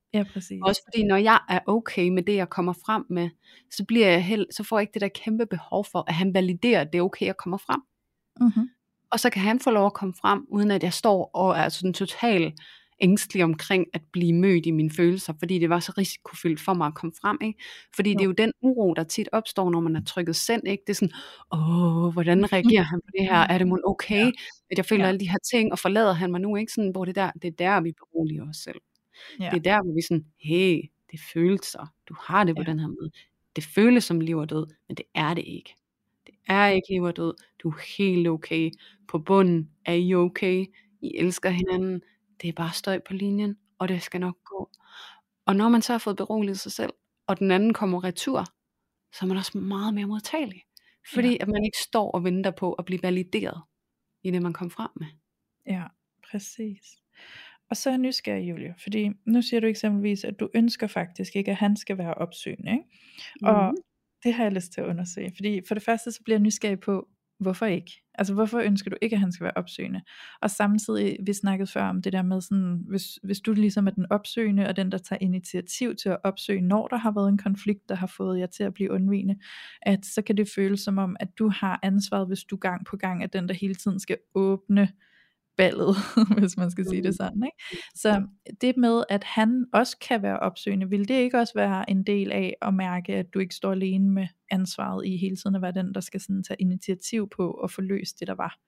Ja, præcis. Også fordi når jeg er okay med det, jeg kommer frem med, så bliver jeg så får jeg ikke det der kæmpe behov for, at han validerer, at det er okay, jeg kommer frem. Mm-hmm. Og så kan han få lov at komme frem, uden at jeg står og er sådan total ængstelig omkring at blive mødt i mine følelser, fordi det var så risikofyldt for mig at komme frem, ikke? Fordi det er jo den uro, der tit opstår, når man har trykket send, ikke? Det er sådan, hvordan reagerer han på det her? Er det mon okay, at jeg føler alle de her ting, og forlader han mig nu, ikke? Sådan, hvor det er der, vi beroliger os selv. Det er der, hvor vi sådan, hey, det føles så, du har det på den her måde. Det føles som liv og død, men det er det ikke. Det er ikke liv og død. Du er helt okay. På bunden er I okay. I elsker hinanden. Det er bare støj på linjen, og det skal nok gå. Og når man så har fået beroliget sig selv, og den anden kommer retur, så er man også meget mere modtagelig. Fordi at man ikke står og venter på at blive valideret i det, man kom frem med. Ja, præcis. Og så er jeg nysgerrig, Julie, fordi nu siger du eksempelvis, at du ønsker faktisk ikke, at han skal være opsøgende, ikke? Og det har jeg lyst til at undersøge, fordi for det første så bliver jeg nysgerrig på, hvorfor ikke? Altså hvorfor ønsker du ikke, at han skal være opsøgende? Og samtidig, vi snakkede før om det der med sådan, hvis du ligesom er den opsøgende, og den der tager initiativ til at opsøge, når der har været en konflikt, der har fået jer til at blive undvigende, at så kan det føles som om, at du har ansvaret, hvis du gang på gang er den, der hele tiden skal åbne ballet, hvis man skal sige det sådan, ikke? Så det med, at han også kan være opsøgende, vil det ikke også være en del af at mærke, at du ikke står alene med ansvaret i hele tiden at være den, der skal sådan tage initiativ på at få løst det, der var?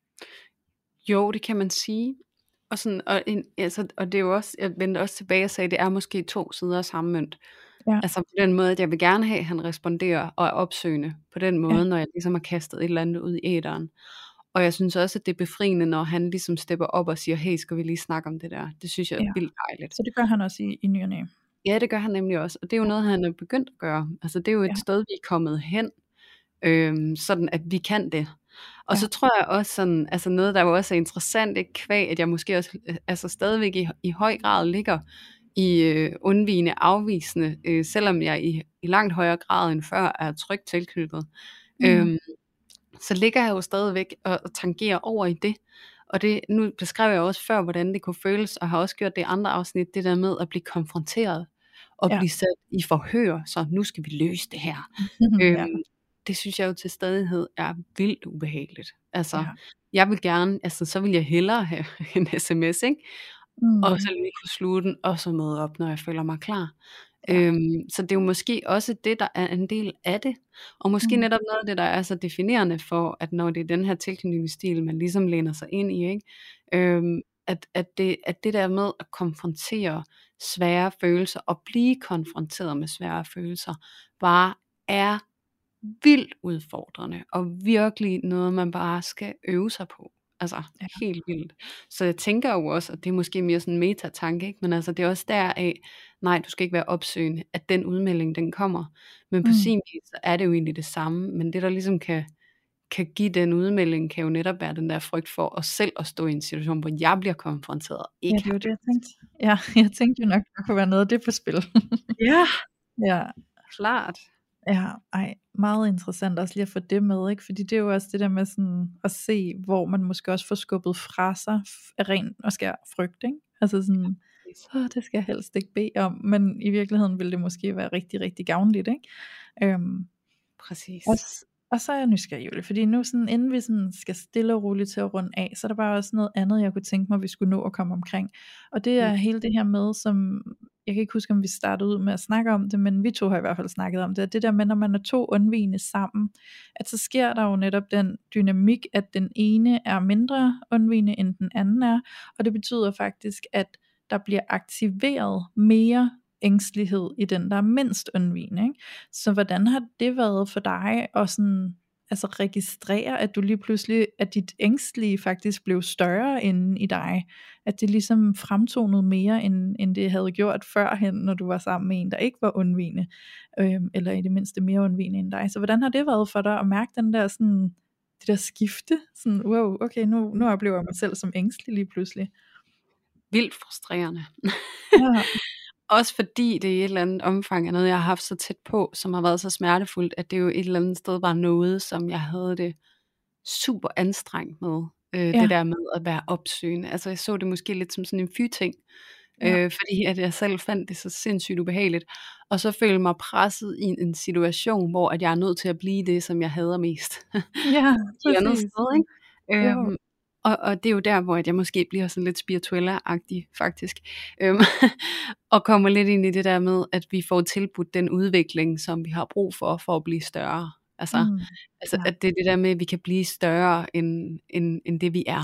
Jo, det kan man sige. Og, sådan, og det er jo også, jeg vendte også tilbage og sagde, det er måske 2 sider af samme mønt. Ja. Altså på den måde, at jeg vil gerne have, at han responderer og er opsøgende på den måde, når jeg ligesom har kastet et eller andet ud i æteren. Og jeg synes også, at det er befriende, når han ligesom stepper op og siger, hey, skal vi lige snakke om det der? Det synes jeg er vildt dejligt. Så det gør han også i ny og næ? Ja, det gør han nemlig også. Og det er jo noget, han er begyndt at gøre. Altså det er jo et sted, vi er kommet hen, sådan at vi kan det. Og så tror jeg også sådan, altså noget, der jo også er interessant, ikke kvæg, at jeg måske også altså stadigvæk i høj grad ligger i undvigende, afvisende, selvom jeg i langt højere grad end før er trygt tilknyttet. Så ligger jeg jo stadigvæk og tangerer over i det. Og det, nu beskrev jeg også før, hvordan det kunne føles, og har også gjort det i andre afsnit, det der med at blive konfronteret, og blive sat i forhør, så nu skal vi løse det her. Det synes jeg jo til stadighed er vildt ubehageligt. Altså, jeg vil gerne, altså så vil jeg hellere have en sms, ikke? Og så lige kunne slutte den, og så møde op, når jeg føler mig klar. Så det er jo måske også det, der er en del af det, og måske netop noget af det, der er så definerende for, at når det er den her tilknytningsstil, man ligesom læner sig ind i, ikke? At det der med at konfrontere svære følelser, og blive konfronteret med svære følelser, bare er vildt udfordrende, og virkelig noget, man bare skal øve sig på. Altså helt vildt. Så jeg tænker jo også, og det er måske mere sådan en metatanke, ikke? Men altså det er også deraf, nej, du skal ikke være opsøgende, at den udmelding, den kommer. Men på sin vis, så er det jo egentlig det samme, men det der ligesom kan give den udmelding, kan jo netop være den der frygt for os selv at stå i en situation, hvor jeg bliver konfronteret. Ikke det er jo det, jeg tænkte. Ja, jeg tænkte jo nok, der kunne være noget af det på spil. Ja, klart. Ja, meget interessant også lige at få det med, ikke? Fordi det er jo også det der med sådan at se, hvor man måske også får skubbet fra sig af ren og skær frygt, ikke? Altså sådan, det skal jeg helst ikke bede om, men i virkeligheden vil det måske være rigtig, rigtig gavnligt, ikke? Præcis. Og så er jeg nysgerrig, Julie, fordi nu sådan, inden vi sådan skal stille og roligt til at runde af, så er der bare også noget andet, jeg kunne tænke mig, vi skulle nå at komme omkring. Og det er hele det her med, som jeg kan ikke huske, om vi startede ud med at snakke om det, men vi to har i hvert fald snakket om det, at det der med, når man er 2 undvigende sammen, at så sker der jo netop den dynamik, at den ene er mindre undvigende, end den anden er, og det betyder faktisk, at der bliver aktiveret mere ængstelighed i den, der er mindst undvigende, ikke? Så hvordan har det været for dig at sådan, altså registrere, at du lige pludselig, at dit ængstelige faktisk blev større inde i dig, at det ligesom fremtonede mere, end det havde gjort førhen, når du var sammen med en, der ikke var undvigende, eller i det mindste mere undvigende end dig. Så hvordan har det været for dig at mærke den der sådan, det der skifte, sådan wow, okay, nu oplever jeg mig selv som ængstelig lige pludselig. Vildt frustrerende. Også fordi det i et eller andet omfang er noget, jeg har haft så tæt på, som har været så smertefuldt, at det jo et eller andet sted var noget, som jeg havde det super anstrengt med. Det der med at være opsøgende. Altså jeg så det måske lidt som sådan en fy-ting. fordi at jeg selv fandt det så sindssygt ubehageligt, og så følte mig presset i en situation, hvor at jeg er nødt til at blive det, som jeg hader mest. Ja, Et andet præcis. sted, ikke? Jo. Og det er jo der, hvor jeg måske bliver sådan lidt spirituelle-agtig, faktisk. Og kommer lidt ind i det der med, at vi får tilbudt den udvikling, som vi har brug for at blive større. Altså, at det er det der med, at vi kan blive større end det vi er.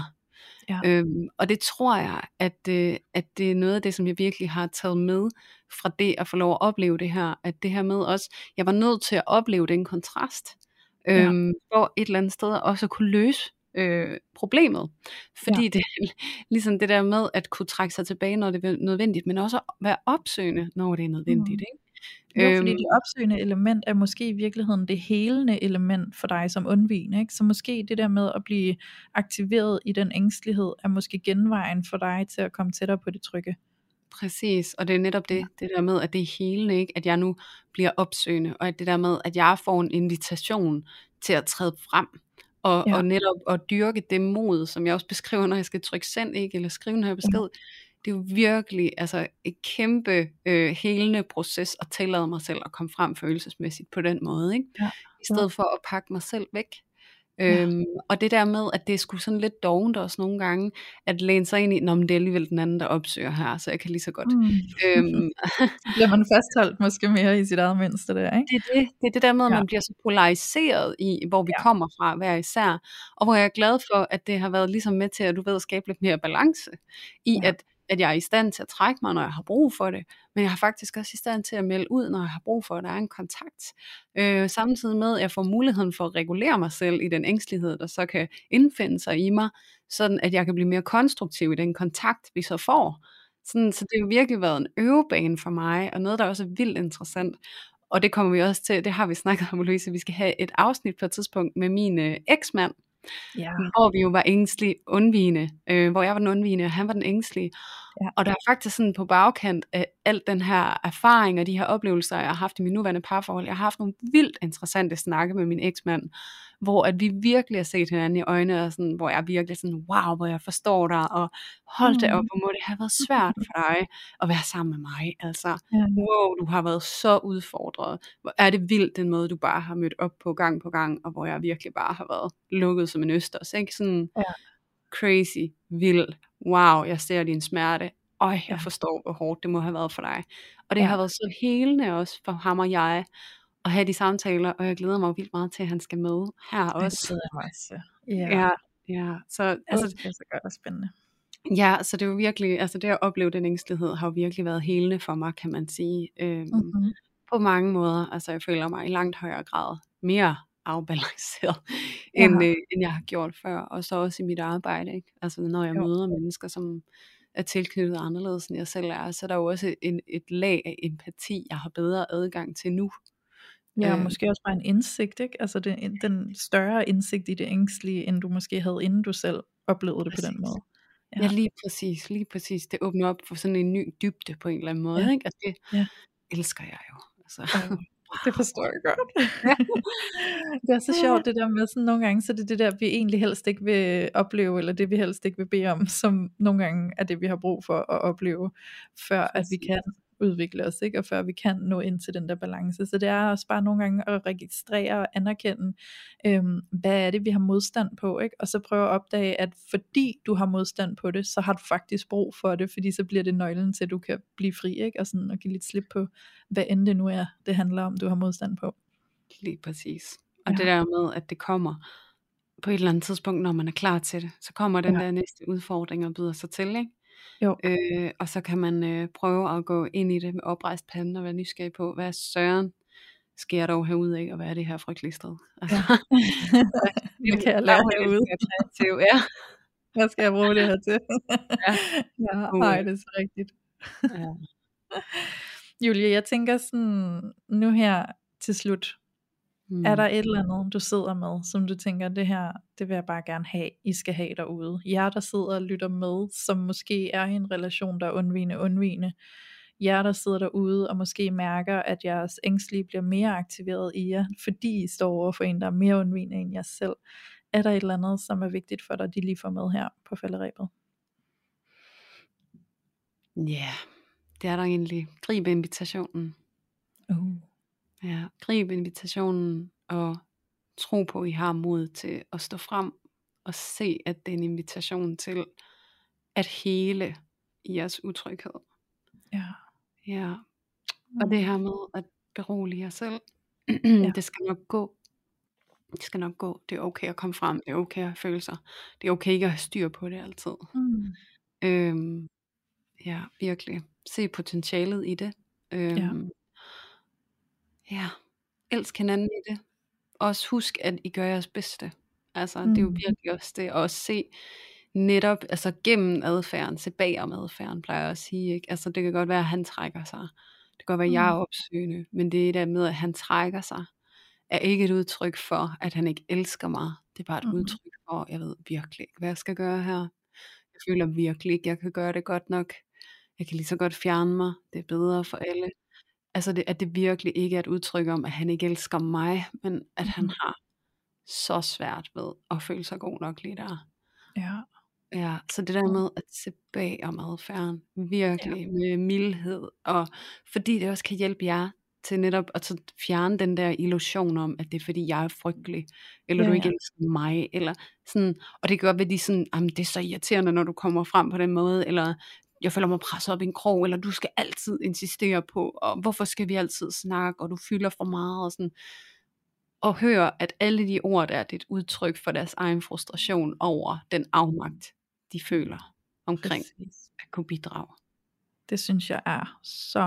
Og det tror jeg, at det er noget af det, som jeg virkelig har taget med fra det at få lov at opleve det her. At det her med også, jeg var nødt til at opleve den kontrast, for et eller andet sted også at kunne løse problemet. Fordi det er ligesom det der med at kunne trække sig tilbage, når det er nødvendigt, men også at være opsøgende, når det er nødvendigt. Ikke? Jo, fordi det opsøgende element er måske i virkeligheden det helende element for dig som undvigende, ikke? Så måske det der med at blive aktiveret i den ængstelighed, er måske genvejen for dig til at komme tættere på det trygge. Præcis, og det er netop det der med, at det er helende, ikke? At jeg nu bliver opsøgende, og at det der med, at jeg får en invitation til at træde frem, og netop at dyrke det mod, som jeg også beskriver, når jeg skal trykke send, ikke? Eller skrive den her besked. Det er jo virkelig altså et kæmpe helende proces at tillade mig selv at komme frem følelsesmæssigt på den måde, ikke? I stedet for at pakke mig selv væk. Og det der med, at det er sgu sådan lidt dovent også nogle gange, at læne sig ind i, men det er alligevel den anden, der opsøger her, så jeg kan lige så godt. Så bliver man fastholdt måske mere i sit eget mønster der, ikke? Det er det der med, at man bliver så polariseret i, hvor vi kommer fra hver især, og hvor jeg er glad for, at det har været ligesom med til, at du ved, at skabe lidt mere balance i, at jeg er i stand til at trække mig, når jeg har brug for det, men jeg har faktisk også i stand til at melde ud, når jeg har brug for, at der er en kontakt. Samtidig med, at jeg får muligheden for at regulere mig selv i den ængstelighed, der så kan indfinde sig i mig, sådan at jeg kan blive mere konstruktiv i den kontakt, vi så får. Så det har virkelig været en øvebane for mig, og noget, der også er vildt interessant. Og det kommer vi også til, det har vi snakket om, Louise, vi skal have et afsnit på et tidspunkt med min eksmand, hvor vi jo var ængstlige undvigende, hvor jeg var den undvigende, og han var den ængstlige. Og der er faktisk sådan på bagkant af alt den her erfaring og de her oplevelser, jeg har haft i min nuværende parforhold, jeg har haft nogle vildt interessante snakke med min eksmand, hvor at vi virkelig har set hinanden i øjnene, og sådan, hvor jeg virkelig sådan, wow, hvor jeg forstår dig, og hold det op, hvor må det have været svært for dig at være sammen med mig, altså, wow, du har været så udfordret, hvor er det vildt den måde, du bare har mødt op på gang, og hvor jeg virkelig bare har været lukket som en østers, ikke sådan crazy, vild, wow, jeg ser din smerte, jeg forstår, hvor hårdt det må have været for dig, og det har været så helende også for ham og jeg, at have de samtaler, og jeg glæder mig vildt meget til, at han skal med her også. Det glæder jeg mig også. Så altså, det er så godt og spændende. Ja, så det er jo virkelig, altså det at opleve den ængstelighed, har jo virkelig været helende for mig, kan man sige, på mange måder. Altså jeg føler mig i langt højere grad mere afbalanceret, end jeg har gjort før, og så også i mit arbejde, ikke? Altså når jeg møder mennesker, som er tilknyttet anderledes, end jeg selv er, så er der jo også et lag af empati, jeg har bedre adgang til nu. Ja, måske også bare en indsigt, ikke? Altså den større indsigt i det ængstlige, end du måske havde, inden du selv oplevede det på den måde. Ja, lige præcis. Det åbner op for sådan en ny dybde på en eller anden måde, ikke? Altså det elsker jeg jo. Altså. Det forstår jeg godt. Det er så sjovt det der med sådan nogle gange, så det der vi egentlig helst ikke vil opleve, eller det vi helst ikke vil bede om, som nogle gange er det vi har brug for at opleve, før at vi kan udvikle os, ikke? Og før vi kan nå ind til den der balance. Så det er også bare nogle gange at registrere og anerkende, hvad er det vi har modstand på, ikke? Og så prøve at opdage, at fordi du har modstand på det, så har du faktisk brug for det, fordi så bliver det nøglen til at du kan blive fri, ikke? Og sådan at give lidt slip på, hvad end det nu er, det handler om, du har modstand på. Lige præcis. Og det der med, at det kommer på et eller andet tidspunkt, når man er klar til det, så kommer den der næste udfordring og byder sig til, ikke? Jo. Og så kan man prøve at gå ind i det med oprejst pande og være nysgerrig på, hvad søren skal jeg dog herude af, og hvad er det her frygtelige sted? Altså, hvad kan jeg lære herude? Hvad skal jeg bruge det her til? Det er så rigtigt. Julie, jeg tænker sådan, nu her til slut, er der et eller andet, du sidder med, som du tænker, det her, det vil jeg bare gerne have, I skal have derude. Jer, der sidder og lytter med, som måske er i en relation, der er undvigende. Jer, der sidder derude og måske mærker, at jeres ængstlige bliver mere aktiveret i jer, fordi I står over for en, der er mere undvigende end jer selv. Er der et eller andet, som er vigtigt for dig, de lige får med her på falderebet? Ja, det er der egentlig. Grib invitationen. Ja, grib invitationen og tro på, at I har mod til at stå frem og se, at det er en invitation til at hele i jeres utryghed. Ja. Ja, og det her med at berolige jer selv, Ja. det skal nok gå. Det skal nok gå. Det er okay at komme frem. Det er okay at have følelser. Det er okay ikke at have styr på det altid. Ja, virkelig. Se potentialet i det. Ja, elsk hinanden i det. Også husk, at I gør jeres bedste. Altså, det er jo virkelig også det. Og også se netop, altså gennem adfærden, se bagom adfærden, plejer jeg at sige. Ikke? Altså, det kan godt være, at han trækker sig. Det kan godt være, at jeg er opsøgende. Men det der med, at han trækker sig, er ikke et udtryk for, at han ikke elsker mig. Det er bare et udtryk for, jeg ved virkelig ikke, hvad jeg skal gøre her. Jeg føler virkelig ikke, jeg kan gøre det godt nok. Jeg kan lige så godt fjerne mig. Det er bedre for alle. Altså, at det virkelig ikke er et udtryk om, at han ikke elsker mig, men at han har så svært ved at føle sig god nok lige der. Ja, så det der med at se bag om adfærden, virkelig med mildhed, og fordi det også kan hjælpe jer til netop at fjerne den der illusion om, at det er fordi jeg er frygtelig, eller du ikke elsker mig, eller sådan, og det kan godt være, de sådan, det er så irriterende, når du kommer frem på den måde, eller jeg føler mig presset op i en krog, eller du skal altid insistere på, og hvorfor skal vi altid snakke, og du fylder for meget, og sådan, og hør, at alle de ord der, det er et udtryk for deres egen frustration over den afmagt, de føler omkring at kunne bidrage. Det synes jeg er så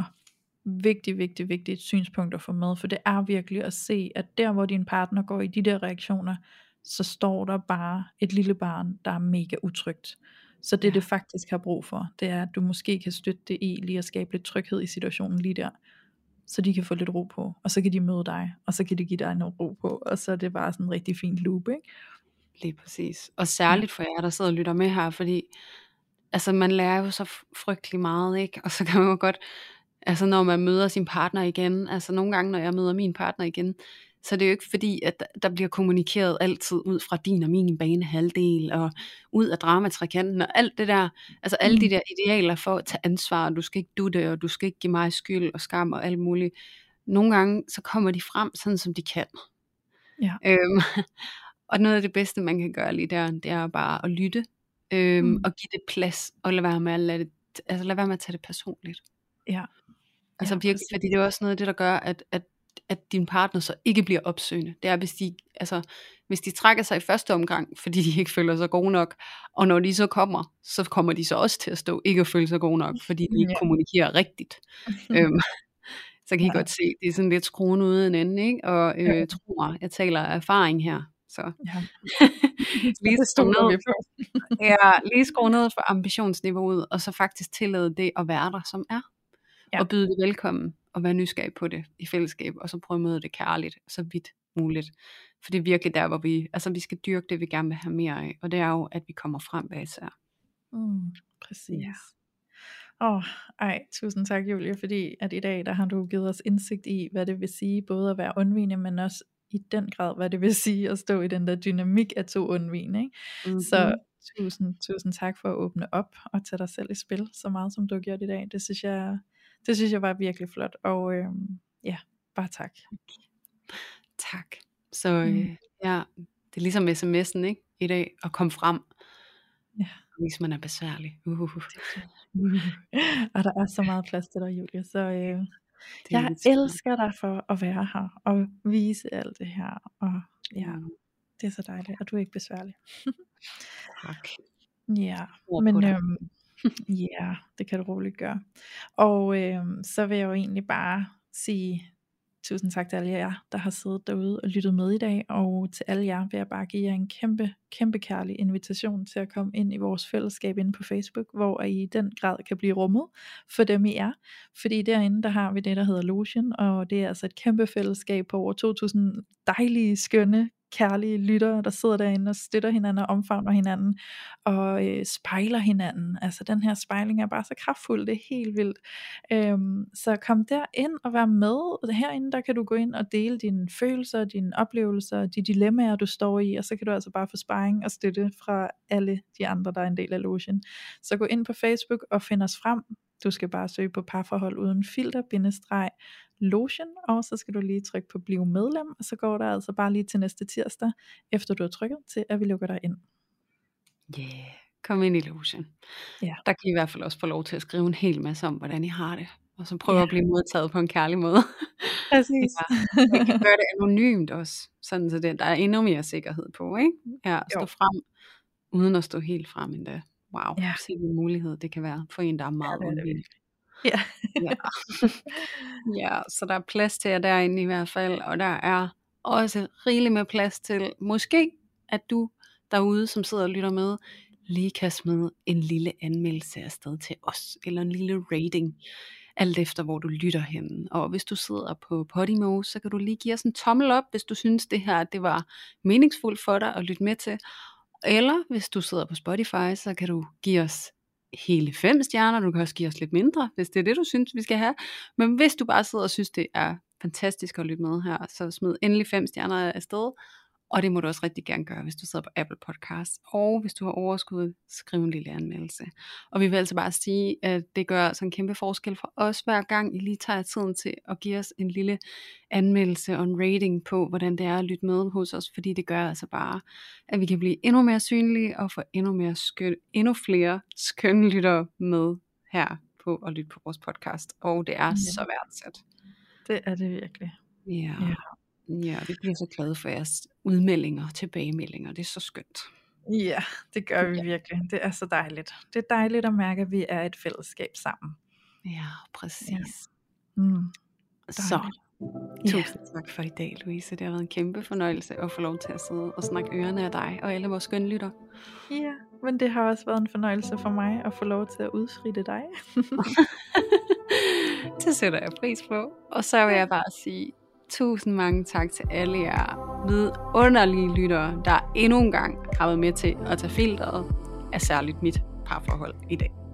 vigtigt synspunkt at få med, for det er virkelig at se, at der hvor din partner går i de der reaktioner, så står der bare et lille barn, der er mega utrygt. Så det faktisk har brug for, det er, at du måske kan støtte det i lige at skabe lidt tryghed i situationen lige der, så de kan få lidt ro på, og så kan de møde dig, og så kan de give dig noget ro på, og så er det bare sådan en rigtig fin loop, ikke? Lige præcis. Og særligt for jer, der sidder og lytter med her, fordi altså man lærer jo så frygtelig meget, ikke? Og så kan man jo godt, altså når man møder sin partner igen, altså nogle gange når jeg møder min partner igen, så det er jo ikke fordi, at der bliver kommunikeret altid ud fra din og min banehalvdel, og ud af dramatrikanten, og alt det der, altså alle de der idealer for at tage ansvar, du skal ikke dutte, og du skal ikke give mig skyld og skam og alt muligt. Nogle gange, så kommer de frem, sådan som de kan. Og noget af det bedste, man kan gøre lige der, det er bare at lytte, og give det plads, og lade være med at lade være med at tage det personligt. Altså virkelig, fordi det er også noget af det, der gør, at din partner så ikke bliver opsøgende. Det er, hvis de trækker sig i første omgang, fordi de ikke føler sig gode nok, og når de så kommer de så også til at stå ikke at føle sig gode nok, fordi de ikke kommunikerer rigtigt. Så kan I godt se, det er sådan lidt skruen uden ende, ikke? Og tror, jeg taler af erfaring her. Så lige skrue ned for ambitionsniveauet, og så faktisk tillade det at være der, som er. Og byde det velkommen, og være nysgerrig på det i fællesskab, og så prøve at møde det kærligt, så vidt muligt. For det er virkelig der, hvor vi skal dyrke det, vi gerne vil have mere af, og det er jo, at vi kommer frem hver især. Præcis. Tusind tak, Julie, fordi at i dag, der har du givet os indsigt i, hvad det vil sige, både at være undvigende, men også i den grad, hvad det vil sige at stå i den der dynamik af to undvigende, ikke? Så tusind tak for at åbne op og tage dig selv i spil, så meget som du har gjort i dag. Det synes jeg var virkelig flot, og bare tak. Tak. Så det er ligesom sms'en, ikke? I dag, at komme frem. Hvis man er besværlig. Og der er så meget plads til dig, Julie, så jeg elsker dig for at være her og vise alt det her, og det er så dejligt, og du er ikke besværlig. Tak. Men det kan du roligt gøre. Og så vil jeg jo egentlig bare sige tusind tak til alle jer, der har siddet derude og lyttet med i dag, og til alle jer vil jeg bare give jer en kæmpe kærlig invitation til at komme ind i vores fællesskab inde på Facebook, hvor I i den grad kan blive rummet for dem I er, fordi derinde der har vi det der hedder Lotion, og det er altså et kæmpe fællesskab på over 2000 dejlige, skønne, kærlige lyttere, der sidder derinde og støtter hinanden og omfavner hinanden og spejler hinanden. Altså den her spejling er bare så kraftfuld, det er helt vildt. Så kom derind og vær med. Herinde der kan du gå ind og dele dine følelser, dine oplevelser, de dilemmaer du står i, og så kan du altså bare få sparring og støtte fra alle de andre, der er en del af Lotion. Så gå ind på Facebook og find os frem Du skal bare søge på parforhold uden filter -lotion, og så skal du lige trykke på bliv medlem, og så går der altså bare lige til næste tirsdag, efter du har trykket, til at vi lukker dig ind. Kom ind i Lotion. Der kan I hvert fald også få lov til at skrive en hel masse om, hvordan I har det, og så prøve at blive modtaget på en kærlig måde. Præcis. Vi kan gøre det anonymt også, sådan så der er endnu mere sikkerhed på, ikke? Stå frem, uden at stå helt frem endda. Wow, se en mulighed det kan være for en, der er meget undvigende. Så der er plads til jer derinde i hvert fald, og der er også rigeligt med plads til, måske at du derude, som sidder og lytter med, lige kan smide en lille anmeldelse afsted til os, eller en lille rating, alt efter hvor du lytter henne. Og hvis du sidder på Podimo, så kan du lige give os en tommel op, hvis du synes det her det var meningsfuldt for dig at lytte med til. Eller hvis du sidder på Spotify, så kan du give os hele 5 stjerner, du kan også give os lidt mindre, hvis det er det du synes vi skal have. Men hvis du bare sidder og synes det er fantastisk at lytte med her, så smid endelig 5 stjerner afsted. Og det må du også rigtig gerne gøre, hvis du sidder på Apple Podcasts. Og hvis du har overskud, skriv en lille anmeldelse. Og vi vil altså bare sige, at det gør altså en kæmpe forskel for os, hver gang I lige tager tiden til at give os en lille anmeldelse og en rating på, hvordan det er at lytte med hos os. Fordi det gør altså bare, at vi kan blive endnu mere synlige og få endnu flere skønne lyttere med her på at lytte på vores podcast. Og det er så værdsat. Det er det virkelig. Ja, vi bliver så glade for jeres udmeldinger og tilbagemeldinger. Det er så skønt. Ja, det gør vi virkelig. Det er så dejligt. Det er dejligt at mærke, at vi er et fællesskab sammen. Ja, præcis. Så tusind tak for i dag, Louise. Det har været en kæmpe fornøjelse at få lov til at sidde og snakke ørerne af dig og alle vores skønne lytter. Ja, men det har også været en fornøjelse for mig at få lov til at udfritte dig. Det sætter jeg pris på. Og så vil jeg bare sige tusind mange tak til alle jer vidunderlige lyttere, der endnu en gang har været med til at tage filteret af særligt mit parforhold i dag.